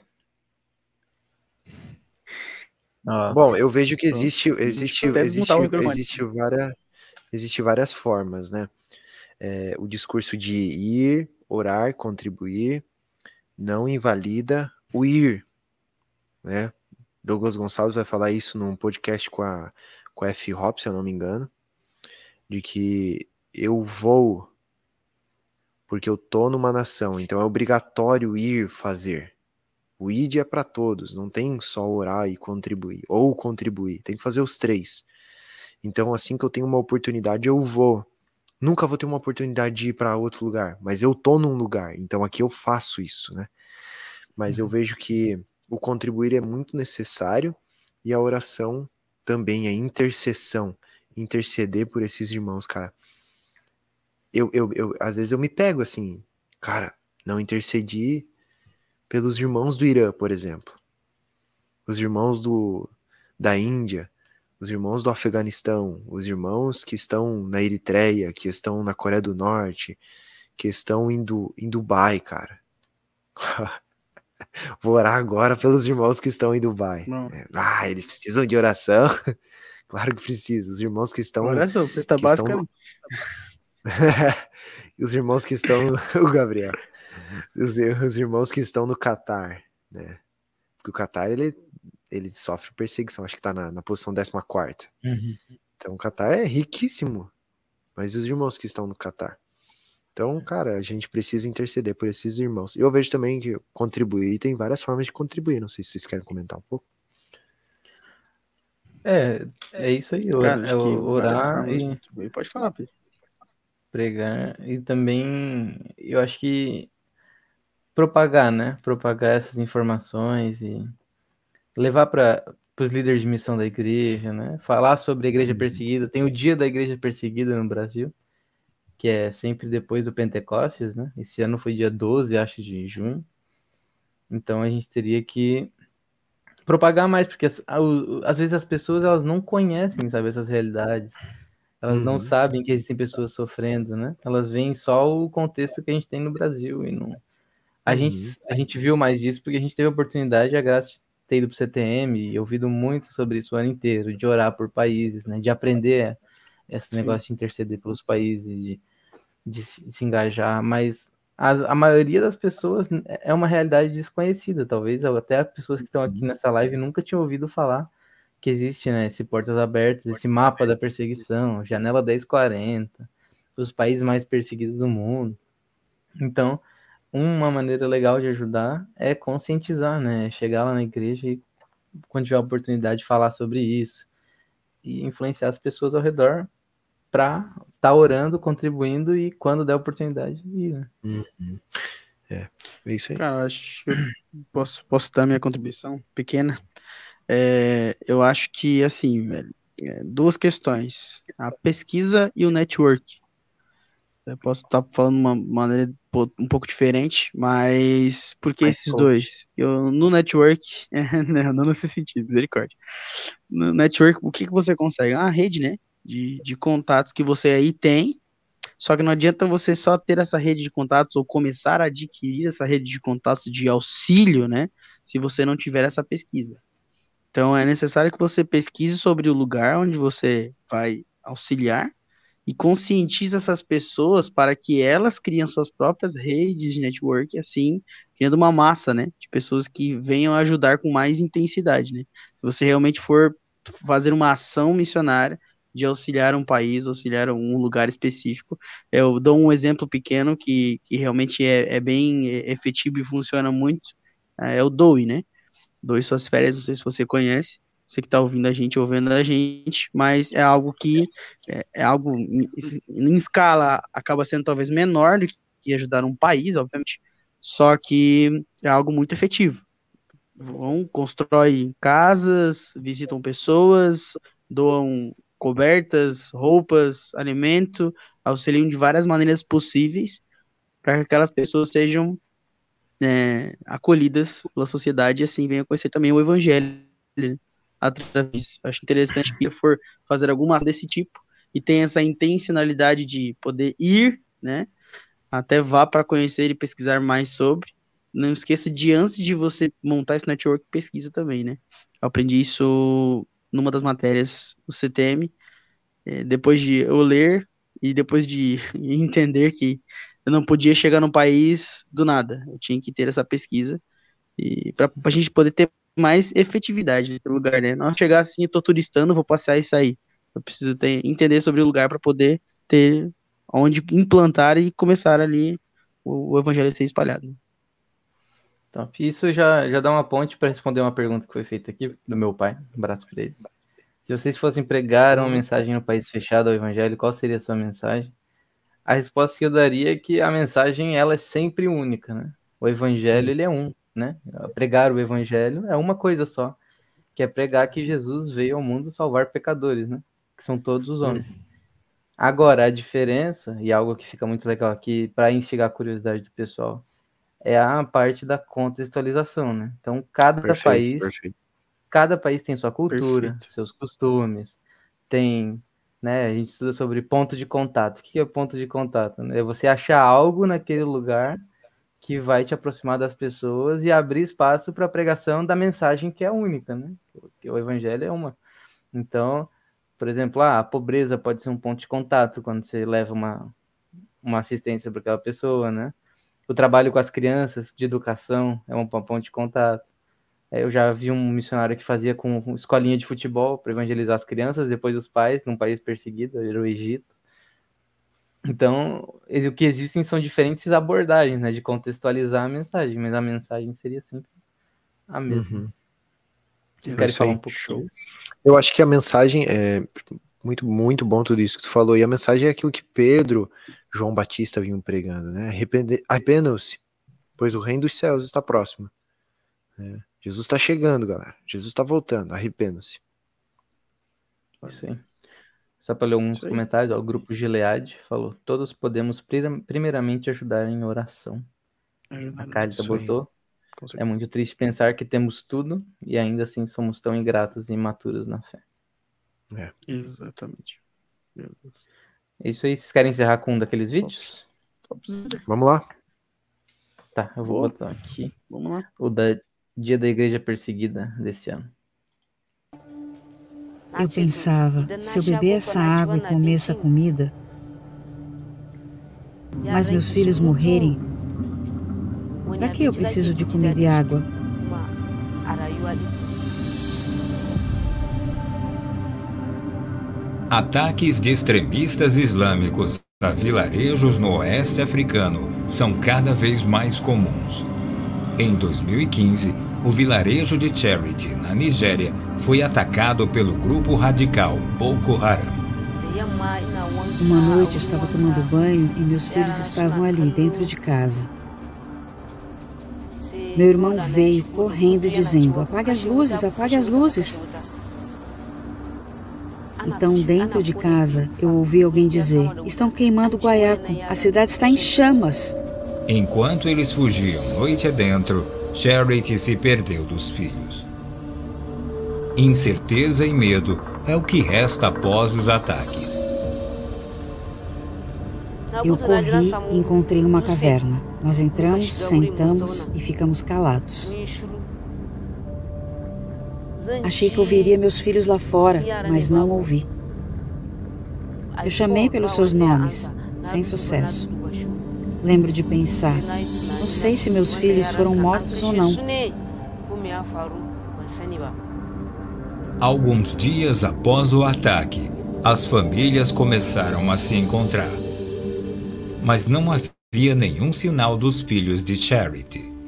Nossa, Bom, eu vejo que Pronto. existe, A gente existe, pode até desmutar o existe, microfone. existe várias, existe várias formas, né? É, o discurso de ir, orar, contribuir, não invalida o ir, né? Douglas Gonçalves vai falar isso num podcast com a, com a F-Hop, se eu não me engano, de que eu vou porque eu tô numa nação, então é obrigatório ir fazer. O I D é para todos, não tem só orar e contribuir, ou contribuir, tem que fazer os três. Então, assim que eu tenho uma oportunidade, eu vou. Nunca vou ter uma oportunidade de ir para outro lugar, mas eu tô num lugar, então aqui eu faço isso, né? Mas eu vejo que o contribuir é muito necessário e a oração também, a intercessão, interceder por esses irmãos, cara. Eu, eu, eu, às vezes eu me pego assim, cara, não intercedi pelos irmãos do Irã, por exemplo, os irmãos do, da Índia, os irmãos do Afeganistão, os irmãos que estão na Eritreia, que estão na Coreia do Norte, que estão em, Du- em Dubai, cara. Vou orar agora pelos irmãos que estão em Dubai. Bom, É, ah, eles precisam de oração? Claro que precisam. Os irmãos que estão, oração, cesta que estão básica. no... os irmãos que estão, o Gabriel, os, os irmãos que estão no Catar, né? Porque o Catar, ele, ele sofre perseguição, acho que tá na, na posição décima quarta. Uhum. Então o Catar é riquíssimo, mas e os irmãos que estão no Catar? Então, cara, a gente precisa interceder por esses irmãos. E eu vejo também que contribuir, tem várias formas de contribuir, não sei se vocês querem comentar um pouco. É, é isso aí, Cara, ora- é acho que várias orar formas de e contribuir. Pode falar, Pedro. pregar e também eu acho que propagar, né? Propagar essas informações e levar para os líderes de missão da igreja, né? Falar sobre a igreja perseguida. Tem o dia da igreja perseguida no Brasil, que é sempre depois do Pentecostes, né? Esse ano foi dia doze, acho, de junho. Então a gente teria que propagar mais, porque as- a- o- às vezes as pessoas elas não conhecem, sabe, essas realidades. Elas não Uhum. sabem que existem pessoas sofrendo, né? Elas veem só o contexto que a gente tem no Brasil e não. A Uhum. gente, a gente viu mais disso porque a gente teve a oportunidade e a graça ter ido pro C T M e ouvido muito sobre isso o ano inteiro, de orar por países, né? De aprender esse Sim. negócio de interceder pelos países, de, de se, se engajar, mas a, a maioria das pessoas é uma realidade desconhecida, talvez até as pessoas que estão aqui nessa live nunca tinham ouvido falar que existe, né, esse Portas Abertas, esse mapa da perseguição, Janela dez quarenta, os países mais perseguidos do mundo. Então, uma maneira legal de ajudar é conscientizar, né, chegar lá na igreja e, quando tiver a oportunidade, falar sobre isso e influenciar as pessoas ao redor para estar tá orando, contribuindo e, quando der a oportunidade, ir, né? Uhum. É, é isso aí. Cara, eu acho que eu posso, posso dar minha contribuição pequena. É, eu acho que, assim, velho, é, duas questões. A pesquisa e o network. Eu posso estar falando de uma maneira po- um pouco diferente, mas por que Mais esses solto. dois? Eu, no network, não, não nesse sentido, misericórdia. No network, o que, que você consegue? Uma rede, né? De, de contatos que você aí tem, só que não adianta você só ter essa rede de contatos ou começar a adquirir essa rede de contatos de auxílio, né? Se você não tiver essa pesquisa. Então é necessário que você pesquise sobre o lugar onde você vai auxiliar e conscientize essas pessoas para que elas criem suas próprias redes de network, assim, criando uma massa, né, de pessoas que venham ajudar com mais intensidade, né? Se você realmente for fazer uma ação missionária de auxiliar um país, auxiliar um lugar específico, eu dou um exemplo pequeno que, que realmente é, é bem efetivo e funciona muito, é o Doe, né? Doe Suas Férias, não sei se você conhece, você que está ouvindo a gente, ouvindo a gente, mas é algo que é, é algo em, em escala acaba sendo talvez menor do que ajudar um país, obviamente, só que é algo muito efetivo. Vão, constroem casas, visitam pessoas, doam cobertas, roupas, alimento, auxiliam de várias maneiras possíveis para que aquelas pessoas sejam é, acolhidas pela sociedade e assim venham conhecer também o evangelho, né, através disso. Acho interessante que for fazer alguma ação desse tipo e tenha essa intencionalidade de poder ir, né, até vá para conhecer e pesquisar mais sobre. Não esqueça de, antes de você montar esse network, pesquisa também, né? Eu aprendi isso numa das matérias do C T M, é, depois de eu ler e depois de entender que eu não podia chegar num país do nada. Eu tinha que ter essa pesquisa e para a gente poder ter mais efetividade no lugar, né? Não chegar assim, eu tô turistando, vou passear e sair. Eu preciso ter, entender sobre o lugar para poder ter onde implantar e começar ali o, o evangelho a ser espalhado. Top. Isso já, já dá uma ponte para responder uma pergunta que foi feita aqui do meu pai. Um abraço para ele. Se vocês fossem pregar uma mensagem no país fechado ao evangelho, qual seria a sua mensagem? A resposta que eu daria é que a mensagem ela é sempre única, né? O evangelho ele é um, né? Pregar o evangelho é uma coisa só, que é pregar que Jesus veio ao mundo salvar pecadores, né? Que são todos os homens. Agora, a diferença, e algo que fica muito legal aqui para instigar a curiosidade do pessoal, é a parte da contextualização, né? Então, cada Perfeito, país, perfeito. cada país tem sua cultura, Perfeito. seus costumes, tem, né? A gente estuda sobre ponto de contato. O que é ponto de contato? É você achar algo naquele lugar que vai te aproximar das pessoas e abrir espaço para a pregação da mensagem que é única, né? Porque o evangelho é uma. Então, por exemplo, ah, a pobreza pode ser um ponto de contato quando você leva uma, uma assistência para aquela pessoa, né? O trabalho com as crianças de educação é um ponto de contato. Eu já vi um missionário que fazia com escolinha de futebol para evangelizar as crianças, depois os pais, num país perseguido, era o Egito. Então, o que existem são diferentes abordagens, né, de contextualizar a mensagem, mas a mensagem seria sempre a mesma. Uhum. Vocês É querem isso falar aí. um pouco Show. sobre isso? Eu acho que a mensagem é muito, muito bom tudo isso que tu falou. E a mensagem é aquilo que Pedro, João Batista vinham pregando, né? Arrepende- Arrependam-se, pois o reino dos céus está próximo. É, Jesus está chegando, galera. Jesus está voltando. Arrependam-se. Isso aí. Só para ler alguns Isso aí. comentários, ó, o grupo Gilead falou: todos podemos primeiramente ajudar em oração. A Cálita Isso aí. botou: Com é certeza. muito triste pensar que temos tudo e ainda assim somos tão ingratos e imaturos na fé. É. Exatamente. É isso aí. Vocês querem encerrar com um daqueles vídeos? Topzera. Vamos lá. Tá, eu vou Boa. botar aqui Vamos lá. o da dia da igreja perseguida desse ano. Eu pensava, se eu beber essa água e comer essa comida, mas meus filhos morrerem, para que eu preciso de comida e água? Ataques de extremistas islâmicos a vilarejos no oeste africano são cada vez mais comuns. Em dois mil e quinze, o vilarejo de Charity, na Nigéria, foi atacado pelo grupo radical Boko Haram. Uma noite eu estava tomando banho e meus filhos estavam ali, dentro de casa. Meu irmão veio correndo dizendo, apague as luzes, apague as luzes. Então, dentro de casa, eu ouvi alguém dizer, estão queimando o guaiaco, a cidade está em chamas. Enquanto eles fugiam noite adentro, Charity se perdeu dos filhos. Incerteza e medo é o que resta após os ataques. Eu corri e encontrei uma caverna. Nós entramos, sentamos e ficamos calados. Achei que ouviria meus filhos lá fora, mas não ouvi. Eu chamei pelos seus nomes, sem sucesso. Lembro de pensar, não sei se meus filhos foram mortos ou não. Alguns dias após o ataque, as famílias começaram a se encontrar. Mas não havia nenhum sinal dos filhos de Charity.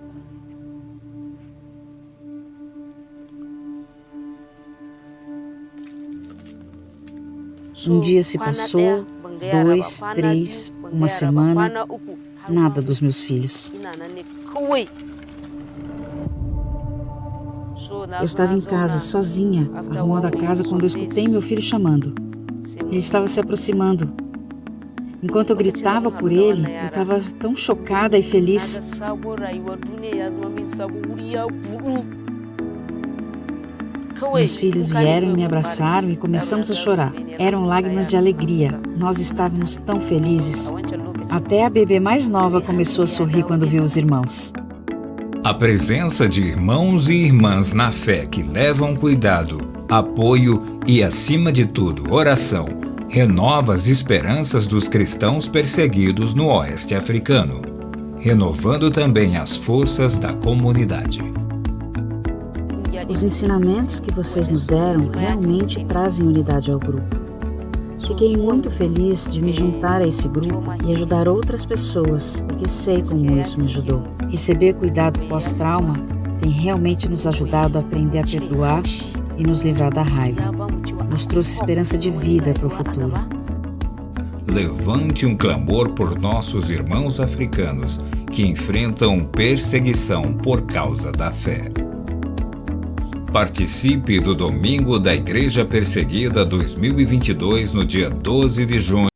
Um dia se passou, dois, três, uma semana, nada dos meus filhos. Eu estava em casa, sozinha, arrumando a casa quando eu escutei meu filho chamando. Ele estava se aproximando. Enquanto eu gritava por ele, eu estava tão chocada e feliz. Meus filhos vieram e me abraçaram e começamos a chorar. Eram lágrimas de alegria. Nós estávamos tão felizes. Até a bebê mais nova começou a sorrir quando viu os irmãos. A presença de irmãos e irmãs na fé que levam cuidado, apoio e, acima de tudo, oração, renova as esperanças dos cristãos perseguidos no oeste africano, renovando também as forças da comunidade. Os ensinamentos que vocês nos deram realmente trazem unidade ao grupo. Fiquei muito feliz de me juntar a esse grupo e ajudar outras pessoas, porque sei como isso me ajudou. Receber cuidado pós-trauma tem realmente nos ajudado a aprender a perdoar e nos livrar da raiva. Nos trouxe esperança de vida para o futuro. Levante um clamor por nossos irmãos africanos que enfrentam perseguição por causa da fé. Participe do Domingo da Igreja Perseguida dois mil e vinte e dois no dia doze de junho.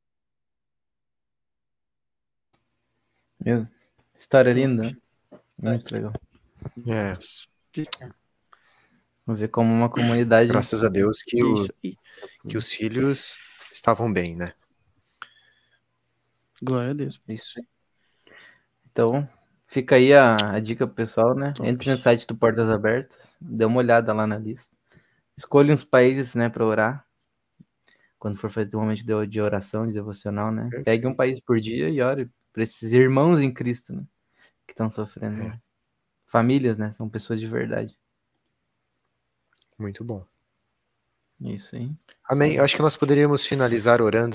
Meu, história linda. Muito legal. É. Vamos ver como uma comunidade... Graças a Deus que, o, que os filhos estavam bem, né? Glória a Deus. Isso. Então, fica aí a, a dica pro pessoal, né? Top. Entre no site do Portas Abertas, dê uma olhada lá na lista. Escolha uns países, né, para orar. Quando for fazer um momento de, de oração, de devocional, né? Perfeito. Pegue um país por dia e ore para esses irmãos em Cristo, né? Que estão sofrendo. É. Famílias, né? São pessoas de verdade. Muito bom. Isso aí. Amém. Eu acho que nós poderíamos finalizar orando.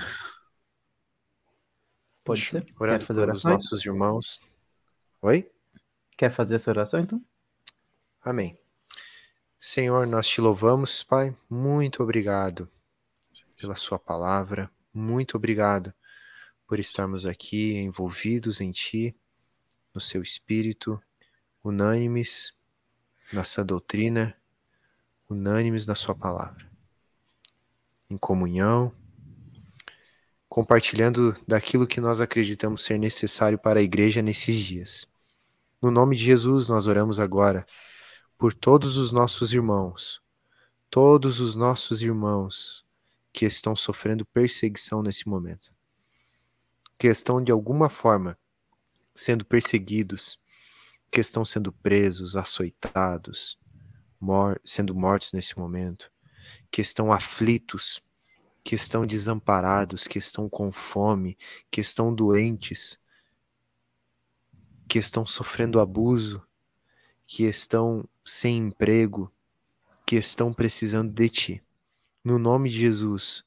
Pode ser. Orando Quer fazer pelos oração? nossos irmãos. Oi? Quer fazer essa oração, então? Amém. Senhor, nós te louvamos, Pai. Muito obrigado pela sua palavra. Muito obrigado por estarmos aqui envolvidos em ti, no seu espírito, unânimes na sua doutrina, unânimes na sua palavra. Em comunhão, compartilhando daquilo que nós acreditamos ser necessário para a igreja nesses dias. No nome de Jesus, nós oramos agora por todos os nossos irmãos, todos os nossos irmãos que estão sofrendo perseguição nesse momento, que estão de alguma forma sendo perseguidos, que estão sendo presos, açoitados, mor- sendo mortos nesse momento, que estão aflitos, que estão desamparados, que estão com fome, que estão doentes, que estão sofrendo abuso, que estão sem emprego, que estão precisando de Ti. No nome de Jesus,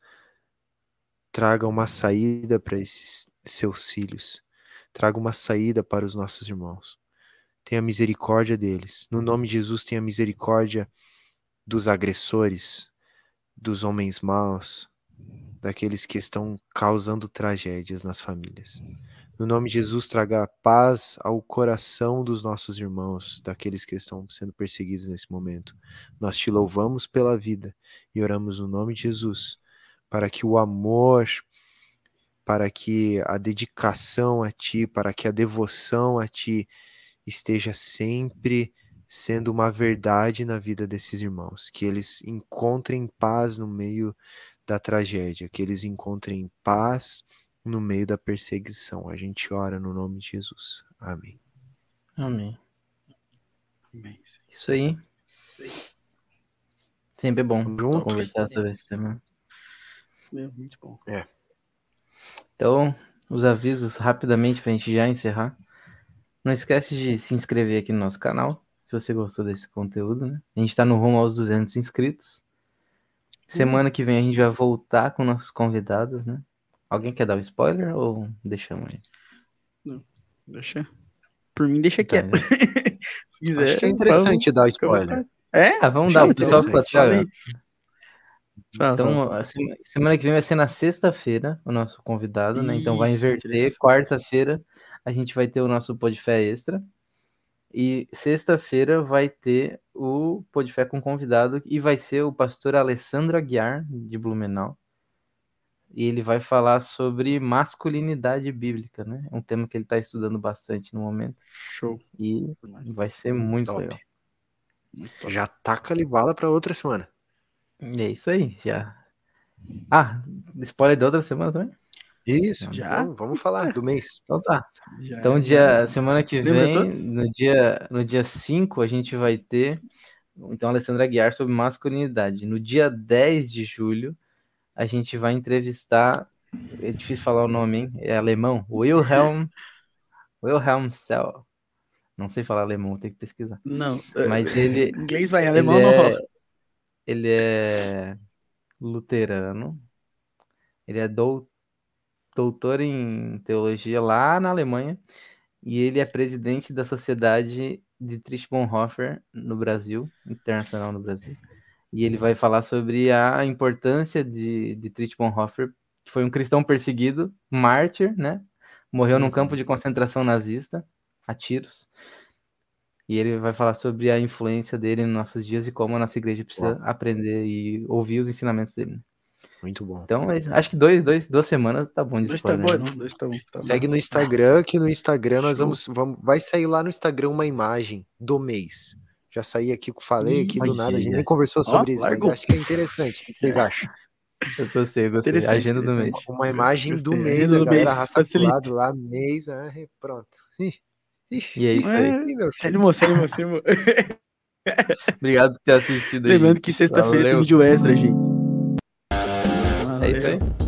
traga uma saída para esses seus filhos. Traga uma saída para os nossos irmãos. Tenha misericórdia deles. No nome de Jesus, tenha misericórdia dos agressores, dos homens maus, daqueles que estão causando tragédias nas famílias. No nome de Jesus, traga paz ao coração dos nossos irmãos, daqueles que estão sendo perseguidos nesse momento. Nós te louvamos pela vida e oramos no nome de Jesus, para que o amor, para que a dedicação a Ti, para que a devoção a Ti esteja sempre sendo uma verdade na vida desses irmãos, que eles encontrem paz no meio da tragédia, que eles encontrem paz no meio da perseguição. A gente ora no nome de Jesus. Amém. Amém. Amém. Isso aí. Sempre é bom Junto. conversar sobre esse tema. Meu, muito bom. É. Então, os avisos rapidamente pra gente já encerrar. Não esquece de se inscrever aqui no nosso canal, se você gostou desse conteúdo, né? A gente tá no rumo aos duzentos inscritos. Semana que vem a gente vai voltar com nossos convidados, né? Alguém quer dar o spoiler ou deixamos aí? Deixa. Por mim, deixa Tá, quieto. né? Se quiser, Acho que é interessante dar fica à spoiler. vontade. É? Ah, vamos Achei dar, o pessoal ficou interessante. até agora. Fala, Então, fala. a sema- semana que vem vai ser na sexta-feira o nosso convidado, né? Então vai Isso, inverter. interessante. Quarta-feira a gente vai ter o nosso Podfé Extra. E sexta-feira vai ter o Podfé com convidado e vai ser o pastor Alessandro Aguiar, de Blumenau. E ele vai falar sobre masculinidade bíblica, né? É um tema que ele está estudando bastante no momento. Show. E vai ser muito Top. legal. Já taca ali bala para outra semana. E é isso aí, já. Ah, spoiler da outra semana também? Isso, Já? Vamos, vamos falar do mês. Então tá. Já, Então, já. dia, semana que Lembra vem, todos? no dia, no dia cinco, a gente vai ter, então, Alessandra Aguiar sobre masculinidade. No dia dez de julho, a gente vai entrevistar, é difícil falar o nome, hein? É alemão, Wilhelm, Wilhelm Sell. Não sei falar alemão, vou ter que pesquisar. Não. Mas ele, Inglês vai, ele alemão não é, rola. ele é luterano, ele é dou- doutor em teologia lá na Alemanha, e ele é presidente da Sociedade de Dietrich Bonhoeffer no Brasil, internacional no Brasil. E ele vai falar sobre a importância de, de Dietrich Bonhoeffer, que foi um cristão perseguido, mártir, né? Morreu num campo de concentração nazista, a tiros. E ele vai falar sobre a influência dele nos nossos dias e como a nossa igreja precisa aprender e ouvir os ensinamentos dele. Muito bom. Então, acho que dois, dois, duas semanas tá bom de Dois tá spoiler, bom, né? não. Dois tá bom. Tá Segue massa. no Instagram, que no Instagram nós Show. vamos, vamos. Vai sair lá no Instagram uma imagem do mês. Já saí aqui, falei aqui do Olha. nada, a gente nem conversou sobre isso, largou. mas acho que é interessante. O que vocês acham? Eu gostei, gostei. Interessante, Agenda do mês. interessante. Uma imagem do Gostei. mês, Agenda a do galera mês arrasta pro facilita. lado lá, mês, ah, pronto. Ih, ih, E é isso aí. É, ih, meu se filho. animou, se animou, se animou. Obrigado por ter assistido. Lembrando gente. que sexta-feira tem Valeu. vídeo extra, gente. É isso aí.